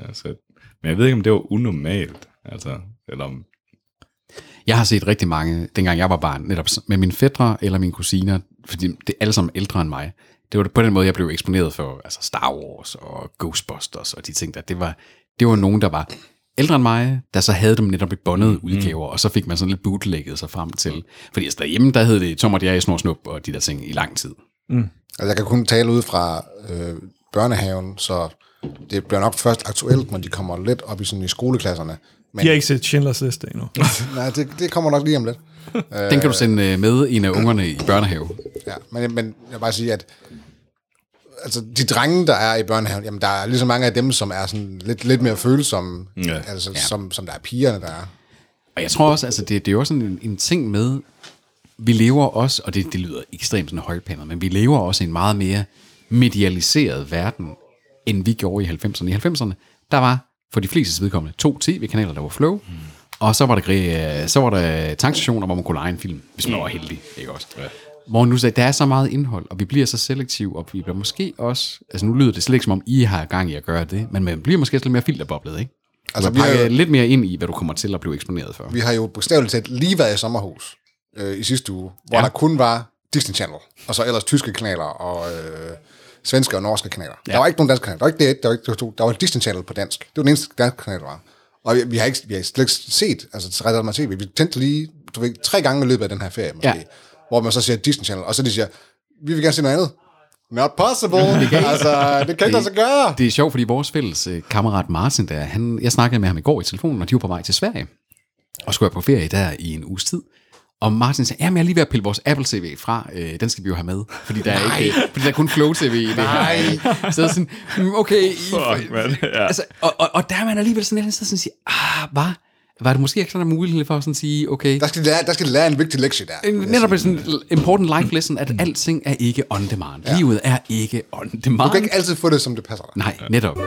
Men jeg ved ikke, om det var unormalt. Altså, eller om... Jeg har set rigtig mange, dengang jeg var barn, netop med mine fætre eller mine kusiner, fordi det er alle sammen ældre end mig. Det var på den måde, jeg blev eksponeret for altså Star Wars og Ghostbusters og de ting der. Det var nogen, der var ældre end mig, der så havde dem netop i bondede udgaver, og så fik man sådan lidt bootlegget sig frem til. Fordi altså derhjemme, der hed det Tom og Jerry Snor Snup og de der ting i lang tid. Altså, jeg kan kun tale ud fra børnehaven, så det bliver nok først aktuelt, når de kommer lidt op i skoleklasserne. Men, De har ikke set Schindlers Liste endnu. nej, det kommer nok lige om lidt. Den kan du sende med en af ungerne i børnehave. Ja, men jeg vil bare sige, at altså, de drenge, der er i børnehaven, jamen, der er lige så mange af dem, som er sådan lidt mere følsomme, som der er pigerne, der er. Og jeg tror også, altså det er jo også sådan en ting med, vi lever også, og det lyder ekstremt sådan højpandet, men vi lever også i en meget mere medialiseret verden, end vi gjorde i 90'erne. I 90'erne, der var for de fleste vedkommende 2 tv-kanaler, der var Flow, og så var der tankstationer, hvor man kunne lege en film, hvis man var heldig, ikke også? Ja. Hvor nu der er så meget indhold, og vi bliver så selektive, og vi bliver måske også, altså nu lyder det slet ikke som om, I har gang i at gøre det, men man bliver måske lidt mere filterboblet, ikke? Altså vi har lidt mere ind i, hvad du kommer til at blive eksponeret for. Vi har jo bogstaveligt set lige været i sommerhus i sidste uge, hvor der kun var Disney Channel, og så ellers tyske kanaler, og svenske og norske kanaler. Ja. Der var ikke nogen danske kanaler, der var ikke det, der var ikke det, der var Disney Channel på dansk. Det var den eneste danske kanal, der var. Og vi har slet ikke set, altså ret meget tv. Vi tændte lige, 3 gange i løbet af den her ferie, måske, hvor man så siger Disney Channel, og så de siger, vi vil gerne se noget andet. Not possible. Det kan ikke så gøre. Det er sjovt, fordi vores fælles kammerat Martin, jeg snakkede med ham i går i telefonen, og de var på vej til Sverige, og skulle være på ferie der i en uges tid. Og Martin sagde, jeg er lige ved at pille vores Apple TV fra, den skal vi jo have med, fordi der er ikke, fordi der er kun Flow TV i det her. Så sådan, okay. Fuck, man. Ja. Altså, og der er man alligevel sådan lidt, så siger, var det måske ikke sådan en mulighed for at sådan sige, okay. Der skal lære en vigtig lektie der. Netop sådan en important life lesson, at alting er ikke on demand. Ja. Livet er ikke on demand. Du kan ikke altid få det, som det passer dig. Nej, netop.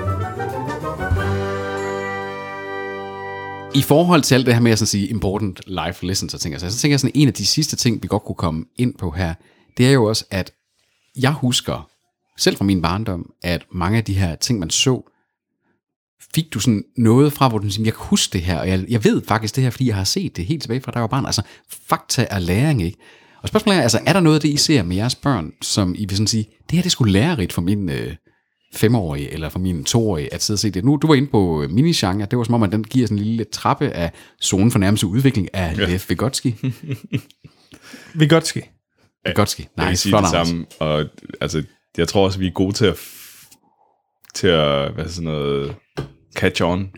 I forhold til alt det her med at sige important life lessons, så tænker jeg sådan, en af de sidste ting, vi godt kunne komme ind på her, det er jo også, at jeg husker, selv fra min barndom, at mange af de her ting, man så, fik du sådan noget fra, hvor du siger, jeg kan huske det her, og jeg ved faktisk det her, fordi jeg har set det helt tilbage fra, da jeg var barn. Altså, fakta er læring, ikke? Og spørgsmålet er, altså, er der noget af det, I ser med jeres børn, som I vil sådan sige, det her, det skulle lærerigt for min 5-årige, eller for min 2-årige, at sidde og se det. Nu, du var inde på minigenre, det var som om, at den giver sådan en lille trappe af zonen for nærmeste udvikling af Lev Vygotsky. Vygotsky. Nej, det samme. Og altså, jeg tror også, vi er gode til at hvad sådan noget, catch on.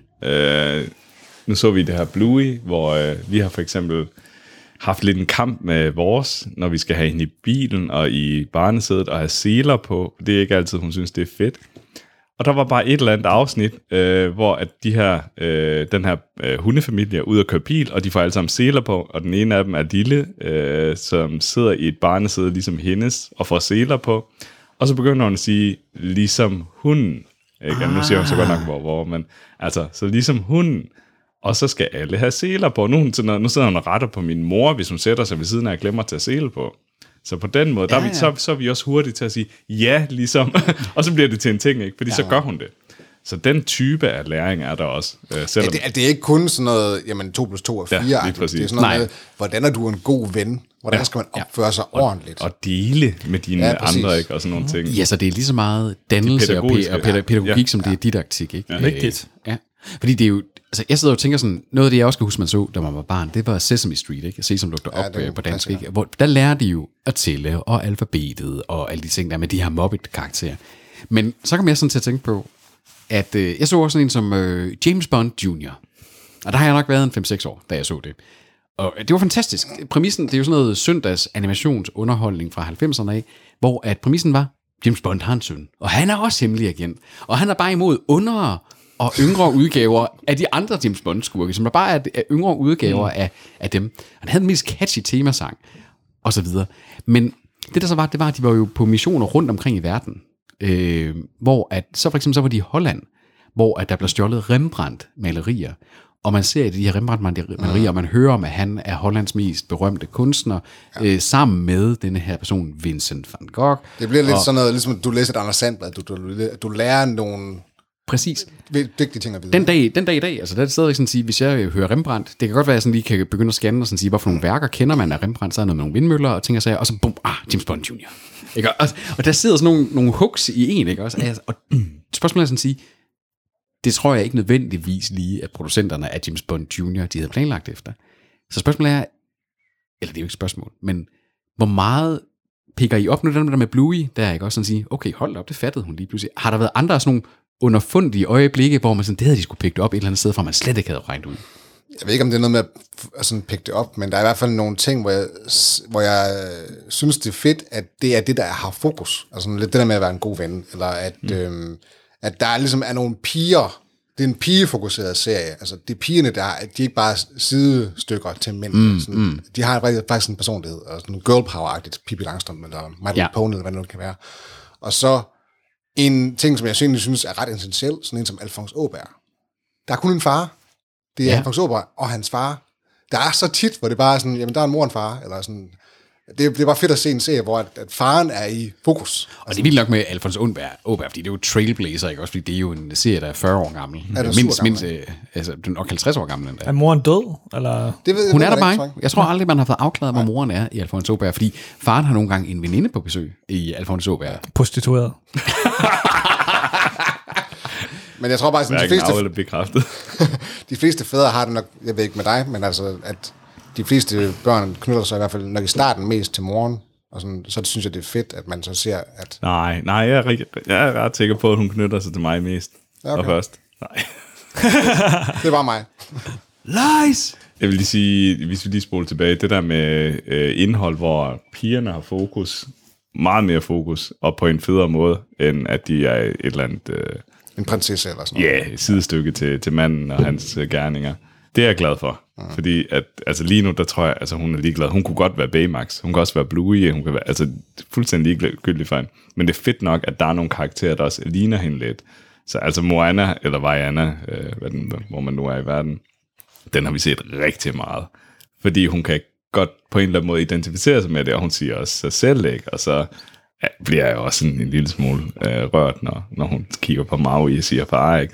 Nu så vi det her Bluey, hvor vi har for eksempel haft lidt en kamp med vores, når vi skal have hende i bilen og i barnesædet og have seler på. Det er ikke altid, hun synes, det er fedt. Og der var bare et eller andet afsnit, hvor at den her hundefamilie er ude at køre bil, og de får alle sammen seler på, og den ene af dem er Lille, som sidder i et barnesæde ligesom hendes, og får seler på. Og så begynder hun at sige, ligesom hunden. Ikke? Nu siger hun så godt nok, hvor, men altså, så ligesom hunden. Og så skal alle have seler på. Nu sidder hun og retter på min mor, hvis hun sætter sig ved siden af og glemmer at tage sele på. Så på den måde, så er vi også hurtige til at sige, ja, ligesom. Og så bliver det til en ting, ikke? Fordi så gør hun det. Så den type af læring er der også. Selvom det er ikke kun sådan noget, jamen 2 + 2 er 4. Ja, det er sådan noget med, hvordan er du en god ven? Hvordan skal man opføre sig ordentligt? Og dele med dine andre, ikke? Og sådan nogle ting. Ja, så det er lige så meget dannelse og pædagogik, som det er didaktik, ikke? Vigtigt. Ja. Fordi det er jo, altså jeg sidder og tænker sådan, noget af det, jeg også kan huske, man så, da man var barn, det var Sesame Street, ikke? Sesame lugter op på dansk, ikke? Hvor der lærer de jo at tælle, og alfabetet, og alle de ting der med de her Muppet-karakterer. Men så kom jeg sådan til at tænke på, at jeg så også sådan en som James Bond Jr. Og der har jeg nok været en 5-6 år, da jeg så det. Og det var fantastisk. Præmissen, det er jo sådan noget søndags animationsunderholdning fra 90'erne af, hvor at præmissen var, James Bond har en søn, og han er også hemmelig agent. Og han er bare imod undere og yngre udgaver af de andre James Bond-skurke, som der bare er yngre udgaver af dem. Han havde den mest catchy temasang. og så videre. Men det der så var, det var, at de var jo på missioner rundt omkring i verden, hvor at, så for eksempel så var de i Holland, hvor at der blev stjålet Rembrandt-malerier, og man ser i de her Rembrandt-malerier, og man hører om, at han er Hollands mest berømte kunstner, sammen med denne her person, Vincent van Gogh. Det bliver lidt sådan noget, ligesom du læser et Anders Sandblad, du lærer nogle... Præcis. Vigtige ting at vide. Den dag i dag, altså der er det stadig sådan at sige, hvis jeg hører Rembrandt, det kan godt være, at jeg sådan lige kan begynde at scanne og sådan sige, hvorfor nogle værker kender man af Rembrandt, så er noget med nogle vindmøller og ting og sager, og så bum, James Bond Jr. Ikke? Og der sidder sådan nogle hooks i en, ikke også? Altså, og spørgsmålet er sådan at sige, det tror jeg ikke nødvendigvis lige, at producenterne af James Bond Jr., de havde planlagt efter. Så spørgsmålet er, eller det er jo ikke et spørgsmål, men hvor meget pikker I op nu, der med Bluey, der er ikke også sådan at sige, okay, hold op, det fattede hun lige pludselig. Har der været andre sådan nogle underfundige øjeblikke, hvor man sådan, det havde de skulle pikke det op et eller andet sted, for man slet ikke havde regnet ud? Jeg ved ikke, om det er noget med at sådan pikke det op, men der er i hvert fald nogle ting, hvor jeg synes, det er fedt, at det er det, der har fokus. Altså lidt det der med at være en god ven, eller at der ligesom er nogle piger. Det er en pigefokuseret serie. Altså, det er pigerne, de er ikke bare sidestykker til mænd. De har faktisk en personlighed, og sådan en girl power-agtigt, Pippi Langstrømpe, eller My Little Pony, eller hvad det nu kan være. Og så en ting, som jeg synes er ret essentiel, sådan en som Alfons Åberg. Der er kun en far. Det er Alfons Åberg og hans far. Der er så tit, hvor det bare er sådan, jamen der er en mor og en far, eller sådan... Det er bare fedt at se en serie, hvor at faren er i fokus. Og det er vildt nok med Alfons Åberg, fordi det er jo Trailblazer, ikke også? Fordi det er jo en serie, der er 40 år gammel. Mindst altså, den er nok 50 år gammel endda. Er moren død? Eller? Hun er der bare ikke. Jeg tror aldrig, man har fået afklaret, hvor moren er i Alfons Åberg, fordi faren har nogle gange en veninde på besøg i Alfons Åberg. Prostitueret. Men jeg tror bare, at de fleste fædre har det nok, jeg ved ikke med dig, men altså, at de fleste børn knytter sig i hvert fald nok i starten mest til moren, og sådan, så synes jeg, det er fedt, at man så ser, at... Nej, jeg er ret sikker på, at hun knytter sig til mig mest. Okay. Og først. Nej. Det er bare mig. Lies! Jeg vil lige sige, hvis vi lige spoler tilbage, det der med indhold, hvor pigerne har fokus, meget mere fokus, og på en federe måde, end at de er et eller andet... en prinsesse eller sådan noget. Ja, sidestykke til manden og hans gerninger. Det er jeg glad for, fordi at, altså lige nu, der tror jeg, altså hun er ligeglad. Hun kunne godt være Baymax, hun kan også være Bluey, hun kan være, altså fuldstændig ligegyldig for hende. Men det er fedt nok, at der er nogle karakterer, der også ligner hende lidt. Så altså Moana, eller Vaiana, hvor man nu er i verden, den har vi set rigtig meget. Fordi hun kan godt på en eller anden måde identificere sig med det, og hun siger også sig selv, ikke? Og så bliver jeg også en lille smule rørt, når hun kigger på Maui og siger far, ikke?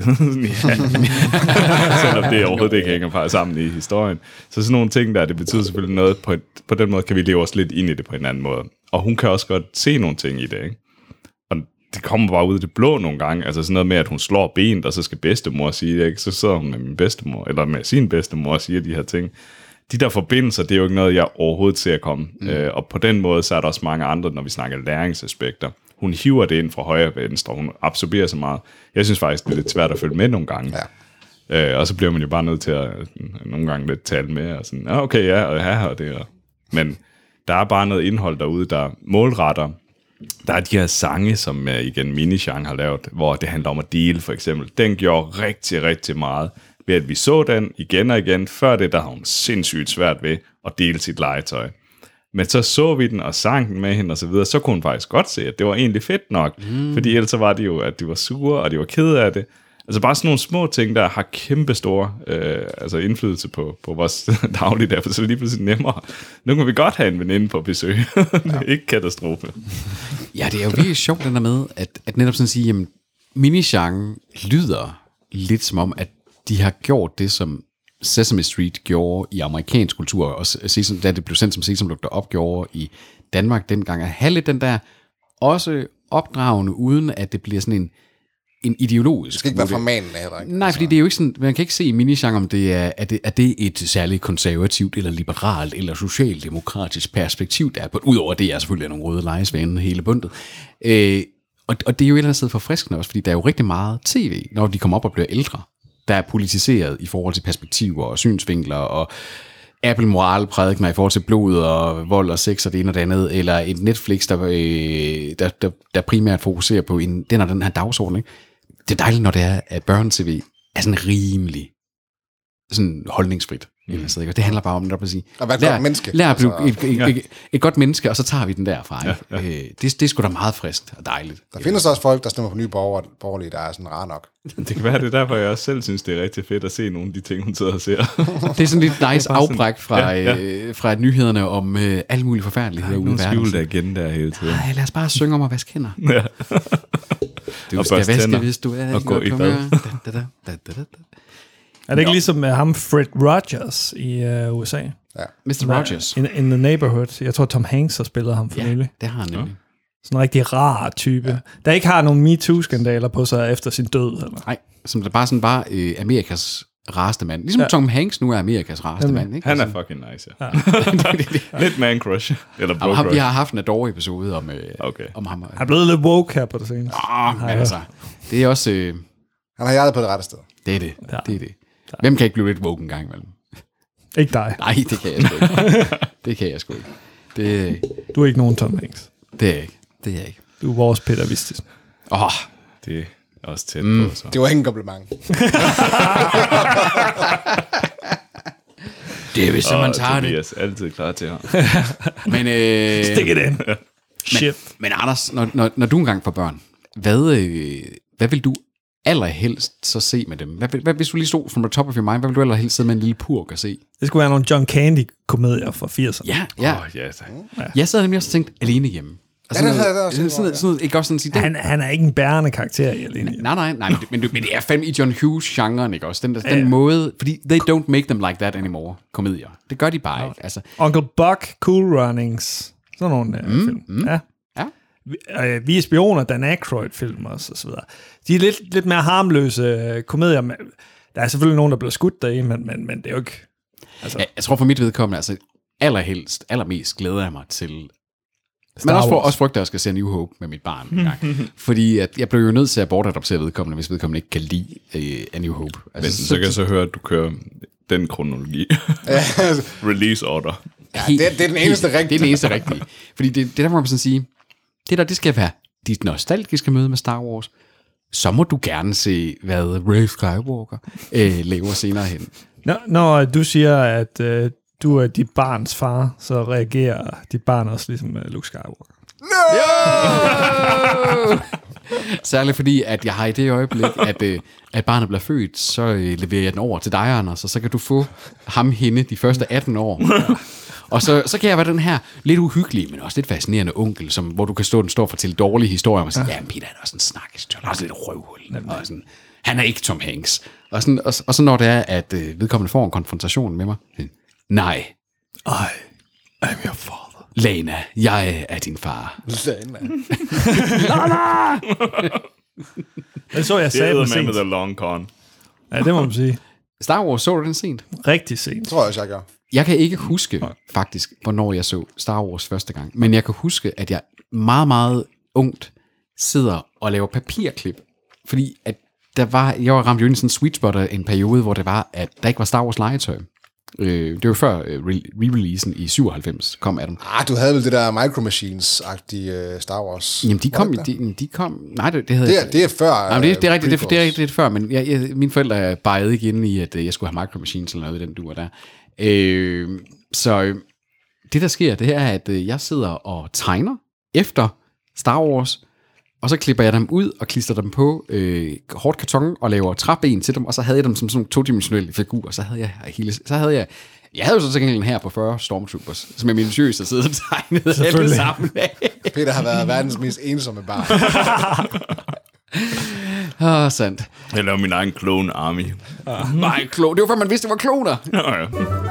Selvom det overhovedet ikke hænger sammen i historien. Så sådan nogle ting der, det betyder selvfølgelig noget, på den måde kan vi leve os lidt ind i det på en anden måde. Og hun kan også godt se nogle ting i det, ikke? Og det kommer bare ud af det blå nogle gange, altså sådan noget med, at hun slår benet, og så skal bedstemor sige det, ikke? Så sidder hun med min bedstemor, eller med sin bedstemor og siger de her ting. De der forbindelser, det er jo ikke noget, jeg overhovedet ser komme. Og på den måde, så er der også mange andre, når vi snakker læringsaspekter. Hun hiver det ind fra højre og venstre, hun absorberer så meget. Jeg synes faktisk, det er lidt svært at følge med nogle gange. Ja. Og så bliver man jo bare nødt til at nogle gange lidt tale med, og sådan, okay, ja, og her og det. Men der er bare noget indhold derude, der målretter. Der er de her sange, som igen Mini-Jean har lavet, hvor det handler om at dele, for eksempel. Den gjorde rigtig, rigtig meget ved, at vi så den igen og igen. Før det, der har hun sindssygt svært ved at dele sit legetøj. Men så vi den og sang den med hende og så videre, så kunne hun faktisk godt se, at det var egentlig fedt nok. Fordi ellers var det jo, at de var sure, og de var kede af det. Altså bare sådan nogle små ting, der har kæmpe store altså indflydelse på vores dagligdag, for så er det lige pludselig nemmere. Nu kan vi godt have en veninde på besøg. Det er ikke katastrofe. Ja, det er jo virkelig sjovt, den der med, at netop sådan at sige, jamen, Mini-Jean lyder lidt som om, at de har gjort det, som Sesame Street gjorde i amerikansk kultur, og da det blev sendt som Sesame Lugter op, gjorde i Danmark dengang, at have lidt den der også opdragende, uden at det bliver sådan en ideologisk. Det skal ikke være formanende heller, ikke? Nej, fordi det er jo ikke sådan, man kan ikke se i Mini-Jean, om det er det et særligt konservativt, eller liberalt, eller socialdemokratisk perspektiv, der er på. Udover det er selvfølgelig nogle røde lejesvaner hele bundet. Og det er jo et eller andet sted forfriskende også, fordi der er jo rigtig meget tv, når de kommer op og bliver ældre, der er politiseret i forhold til perspektiver og synsvinkler og Apple-moralprædikener i forhold til blod og vold og sex og det ene og det andet, eller et Netflix, der primært fokuserer på den og den her dagsorden. Ikke? Det er dejligt, når det er, at børne-tv er sådan rimelig sådan holdningsfrit. Eller det handler bare om at sige, at være et godt menneske. Lær at blive et godt menneske, og så tager vi den derfra. Ja. Det er sgu da meget frisk og dejligt. Der findes også folk, der stemmer på Nye Borgerlige, der er sådan rar nok. Det kan være, det er derfor, jeg også selv synes, det er rigtig fedt at se nogle af de ting, hun sidder og ser. Det er sådan lidt nice afbræk fra nyhederne om alle mulige forfærdeligheder ude i verden. Skjult agenda hele tiden. Nej, lad os bare synge om at vaske hænder. Ja. Du skal vaske, hvis du er og gå i bad. Er det ikke ligesom med ham, Fred Rogers i USA? Ja. Mr. Rogers. In the Neighborhood. Jeg tror, Tom Hanks har spillet ham for nylig. Det har han nemlig. Sådan en rigtig rar type, der ikke har nogen MeToo-skandaler på sig efter sin død. Eller? Nej, som der bare sådan Amerikas rareste mand. Ligesom Tom Hanks nu er Amerikas rareste mand. Ikke? Han er fucking nice, ja. Lidt man crush. Eller bro crush. Vi har haft en Adore-episode om ham. Han er blevet lidt woke her på det seneste. Men altså, det er også... Han har hjertet på det rette sted. Det er det. Ja. Det er det. Hvem kan ikke blive lidt woke en gang imellem? Ikke dig. Nej, det kan jeg sgu ikke. Det kan jeg sgu ikke. Du er ikke nogen Tom Hanks. Det er jeg ikke. Det er jeg ikke. Du er vores Peter Vistisen. Det er også tæt på. Så. Det var ingen kompliment. Det er hvis man tager Tobias det. Altid klar til ham. Men stik it in. Shit. Men Anders, når du engang får børn, hvad vil du allerhelst så se med dem? Hvad, hvis du lige stod from the top of your mind, hvad vil du allerhelst sidde med en lille purk og se? Det skulle være nogle John Candy-komedier fra 80'erne. Ja. Ja, tak. Jeg sad nemlig også tænkt alene hjemme. Altså, det havde jeg også. Ikke også sådan sige, han er ikke en bærende karakter i alene. Nej, men det er fandme i John Hughes-genren, ikke også? Den måde, fordi they don't make them like that anymore, komedier. Det gør de bare ikke. Altså. Uncle Buck, Cool Runnings, sådan nogle film. Ja. Vi er spioner, Dan Aykroyd-film også, og så videre. De er lidt mere harmløse komedier. Der er selvfølgelig nogen, der bliver skudt deri, men det er jo ikke... Altså. Jeg tror for mit vedkommende, altså allermest glæder jeg mig til... Men også frygter, at jeg skal se New Hope med mit barn en gang. Fordi at jeg blev jo nødt til at bortadoptere vedkommende, hvis vedkommende ikke kan lide New Hope. Altså, så kan jeg så høre, at du kører den kronologi. Release order. Ja, det er den eneste rigtige. Det er den eneste rigtige. Fordi det der må man sådan sige, det skal være dit nostalgiske møde med Star Wars. Så må du gerne se, hvad Rey Skywalker laver senere hen. Når du siger, at du er dit barns far, så reagerer dit barn også ligesom Luke Skywalker. No! Særligt fordi, at jeg har i det øjeblik, at barnet bliver født, så leverer jeg den over til dig, Anders, og så kan du få hende de første 18 år. Og så kan jeg være den her lidt uhyggelige, men også lidt fascinerende onkel, hvor du kan stå og fortælle dårlige historier, og sige, ja, Peter er også en snakkes, han er også lidt røvhul. Og sådan, han er ikke Tom Hanks. Og så når det er, at vedkommende får en konfrontation med mig, nej. I'm your father. Lana, jeg er din far. Lana. Lana! Det så jeg sagde med sent. The long con. Ja, det må man sige. Star Wars, så du den sent? Rigtig sent. Tror jeg også, jeg gør. Jeg kan ikke huske faktisk, hvornår jeg så Star Wars første gang, men jeg kan huske, at jeg meget, meget ungt sidder og laver papirklip, fordi at jeg var ramt jo ind i sådan en sweet spot af en periode, hvor det var, at der ikke var Star Wars legetøj. Det var før re-releasen i 97 kom af dem. Du havde vel det der Micro Machines-agtige Star Wars? Jamen, de kom... Nej, det havde... Det er før... Nej, det er rigtigt, det er rigtigt før, men mine forældre bajede ikke inde i, at jeg skulle have Micro Machines eller noget i den duer der. Så det, der sker, det er, at jeg sidder og tegner efter Star Wars, og så klipper jeg dem ud og klister dem på hårdt karton og laver træben til dem, og så havde jeg dem som sådan nogle todimensionelle figurer. Jeg havde jo så til her på 40 Stormtroopers, som jeg minutiøst har siddet og tegnet alle sammen af. Peter har været verdens mest ensomme barn. Sandt. Jeg laver min egen clone army. Nej, det var før man vidste, det var kloner. Ja.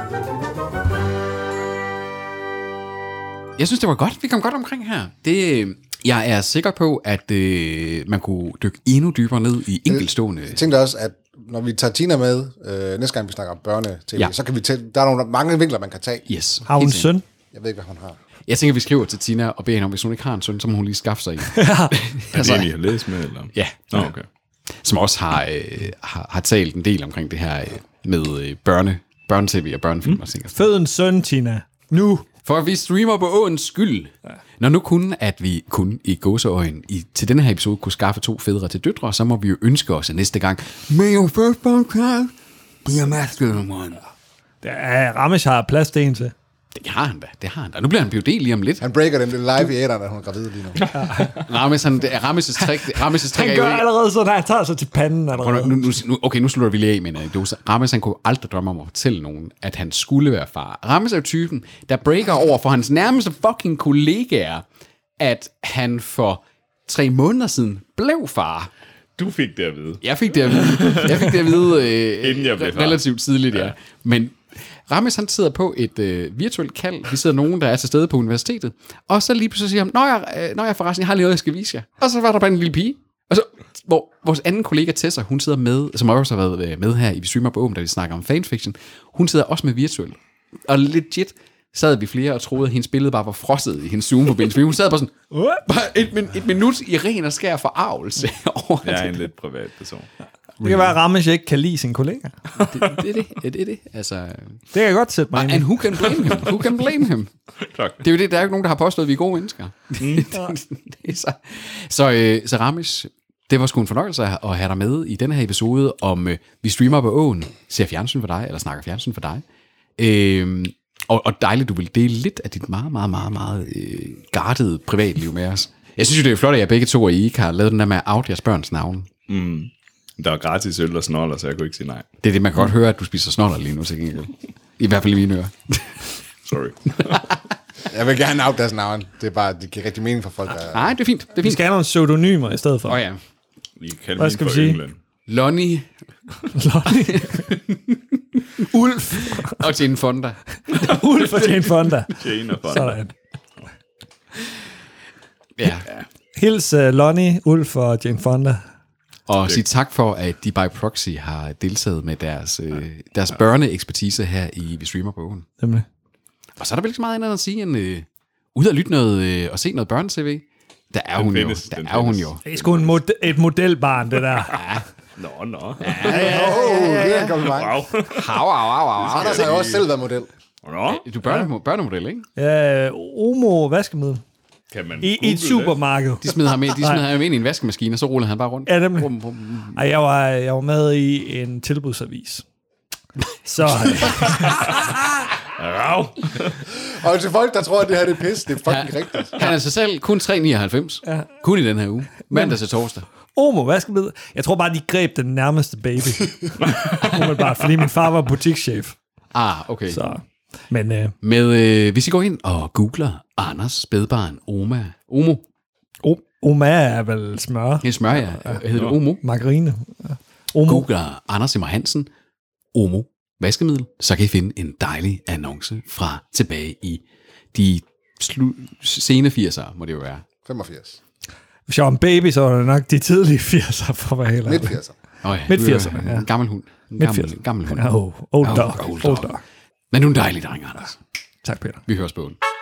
Jeg synes, det var godt. Vi kom godt omkring her. Jeg er sikker på, at man kunne dykke endnu dybere ned i enkeltstående... Jeg tænkte også, at når vi tager Tina med, næste gang vi snakker om børne-tv, så kan vi der er mange vinkler, man kan tage. Yes. Har hun en søn? Jeg ved ikke, hvad hun har. Jeg tænker, vi skriver til Tina og beder hende om, hvis hun ikke har en søn, så må hun lige skaffe sig en. Er det en, I har læst med? Eller? Ja. Okay. Som også har talt en del omkring det her med børne-tv og børnefilm. Fød en søn, Tina. Nu! For vi streamer på åens skyld. Ja. Når nu at vi kun i gåseøjen til denne her episode kunne skaffe 2 fædre til døtre, så må vi jo ønske os, at næste gang, may your first podcast be a masculine one. Ramesh har plads til en til. Det har han da. Nu bliver han PhD lige om lidt. Han breaker dem live i æderen, at hun er gravid lige nu. Ramesh' trick Han gør allerede sådan, at han tager sig til panden. Okay, nu slutter vi lige af med en anekdose. Ramesh, han kunne aldrig drømme om at fortælle nogen, at han skulle være far. Ramesh er jo typen, der breaker over for hans nærmeste fucking kollegaer, at han for 3 måneder siden blev far. Du fik det at vide. Jeg fik det at vide Inden jeg blev far. relativt tidligt, ja. Men Ramesh, han sidder på et virtuelt kald. Vi sidder nogen, der er til stede på universitetet. Og så lige pludselig siger han, Nå jeg forresten, jeg har lige noget, jeg skal vise jer. Og så var der bare en lille pige. Og så, hvor vores anden kollega Tessa, hun sidder med, som også har været med her i Vi Streamer på Åben, da vi snakker om fanfiction. Hun sidder også med virtuelt. Og legit sad vi flere og troede, at hendes billede bare var frosset i hendes Zoom-forbindelse. Hun sad bare sådan, bare et minut i ren og skær forarvelse over Jeg er en lidt privat person. Det kan være, at Ramesh ikke kan lide sin kollega. det er det. Altså, det kan jeg godt sætte mig ind. And who can blame him? Who can blame him? Det er jo det, der er jo ikke nogen, der har påstået, at vi er gode mennesker. Så Ramesh, det var sgu en fornøjelse at have dig med i den her episode om Vi Streamer på Åen, ser fjernsyn for dig, eller snakker fjernsyn for dig. Og dejligt, du vil dele lidt af dit meget, meget, meget, meget gardede privatliv med os. Jeg synes jo, det er flot, at jeg begge to og I ikke har lavet den der med at out jeres børns navn. Der var gratis øl og snoller, så jeg kunne ikke sige nej. Det er det, man kan godt høre, at du spiser snoller lige nu, til gengæld. I hvert fald i mine ører. Sorry. Jeg vil gerne out deres navn. Det giver rigtig mening for folk. Nej, det er fint. Vi skal have nogle pseudonymer i stedet for. Ja. Vi kan Hvad skal vi sige? England. Lonnie. Ulf. Og Jane Fonda. Ulf og Jane Fonda. Jane og Fonda. Sådan. Ja. Hils Lonnie, Ulf og Jane Fonda. Og sige tak for, at de by proxy har deltaget med deres børneekspertise her i Vi Streamer på Åen. Nemlig. Og så er der vel ikke så meget andet at sige, end ud og lytte noget og se noget børne-tv. Der er hun jo. Der er hun jo. Det er sgu et modelbarn, det der. Nå. Det er en kompliment. Wow. Anders har jo også selv været model. Nå. Du er børnemodel, ikke? Ja, Omo vaskemiddel. Kan man I et supermarked. De smider ham ind i en vaskemaskine, og så ruller han bare rundt. Ja, nemlig. Ej, jeg var med i en tilbudsavis. Så... Og til folk, der tror, at det her det er pis, det er fucking rigtigt. Han er sig selv kun 3,99. Ja. Kun i den her uge. Mandag til torsdag. Omo vaskemiddel. Jeg tror bare, de greb den nærmeste baby. Bare, fordi min far var butikschef. Okay. Så... Men, hvis I går ind og googler Anders spædbarn Omo. Oma er vel smør. Det er smør, ja. Hedder det Omo? Margarine. Ja. Omo. Googler Anders Simmer Hansen Omo vaskemiddel, så kan I finde en dejlig annonce fra tilbage i de sene 80'ere, må det jo være. 85. Hvis jeg var en baby, så var det nok de tidlige 80'er, for at være helt ærlig. Midt-80'er. Midt-80'erne, ja. En gammel hund. Gammel hund. Old dog. Men du er en dejlig dreng, Anders. Tak, Peter. Vi høres på den.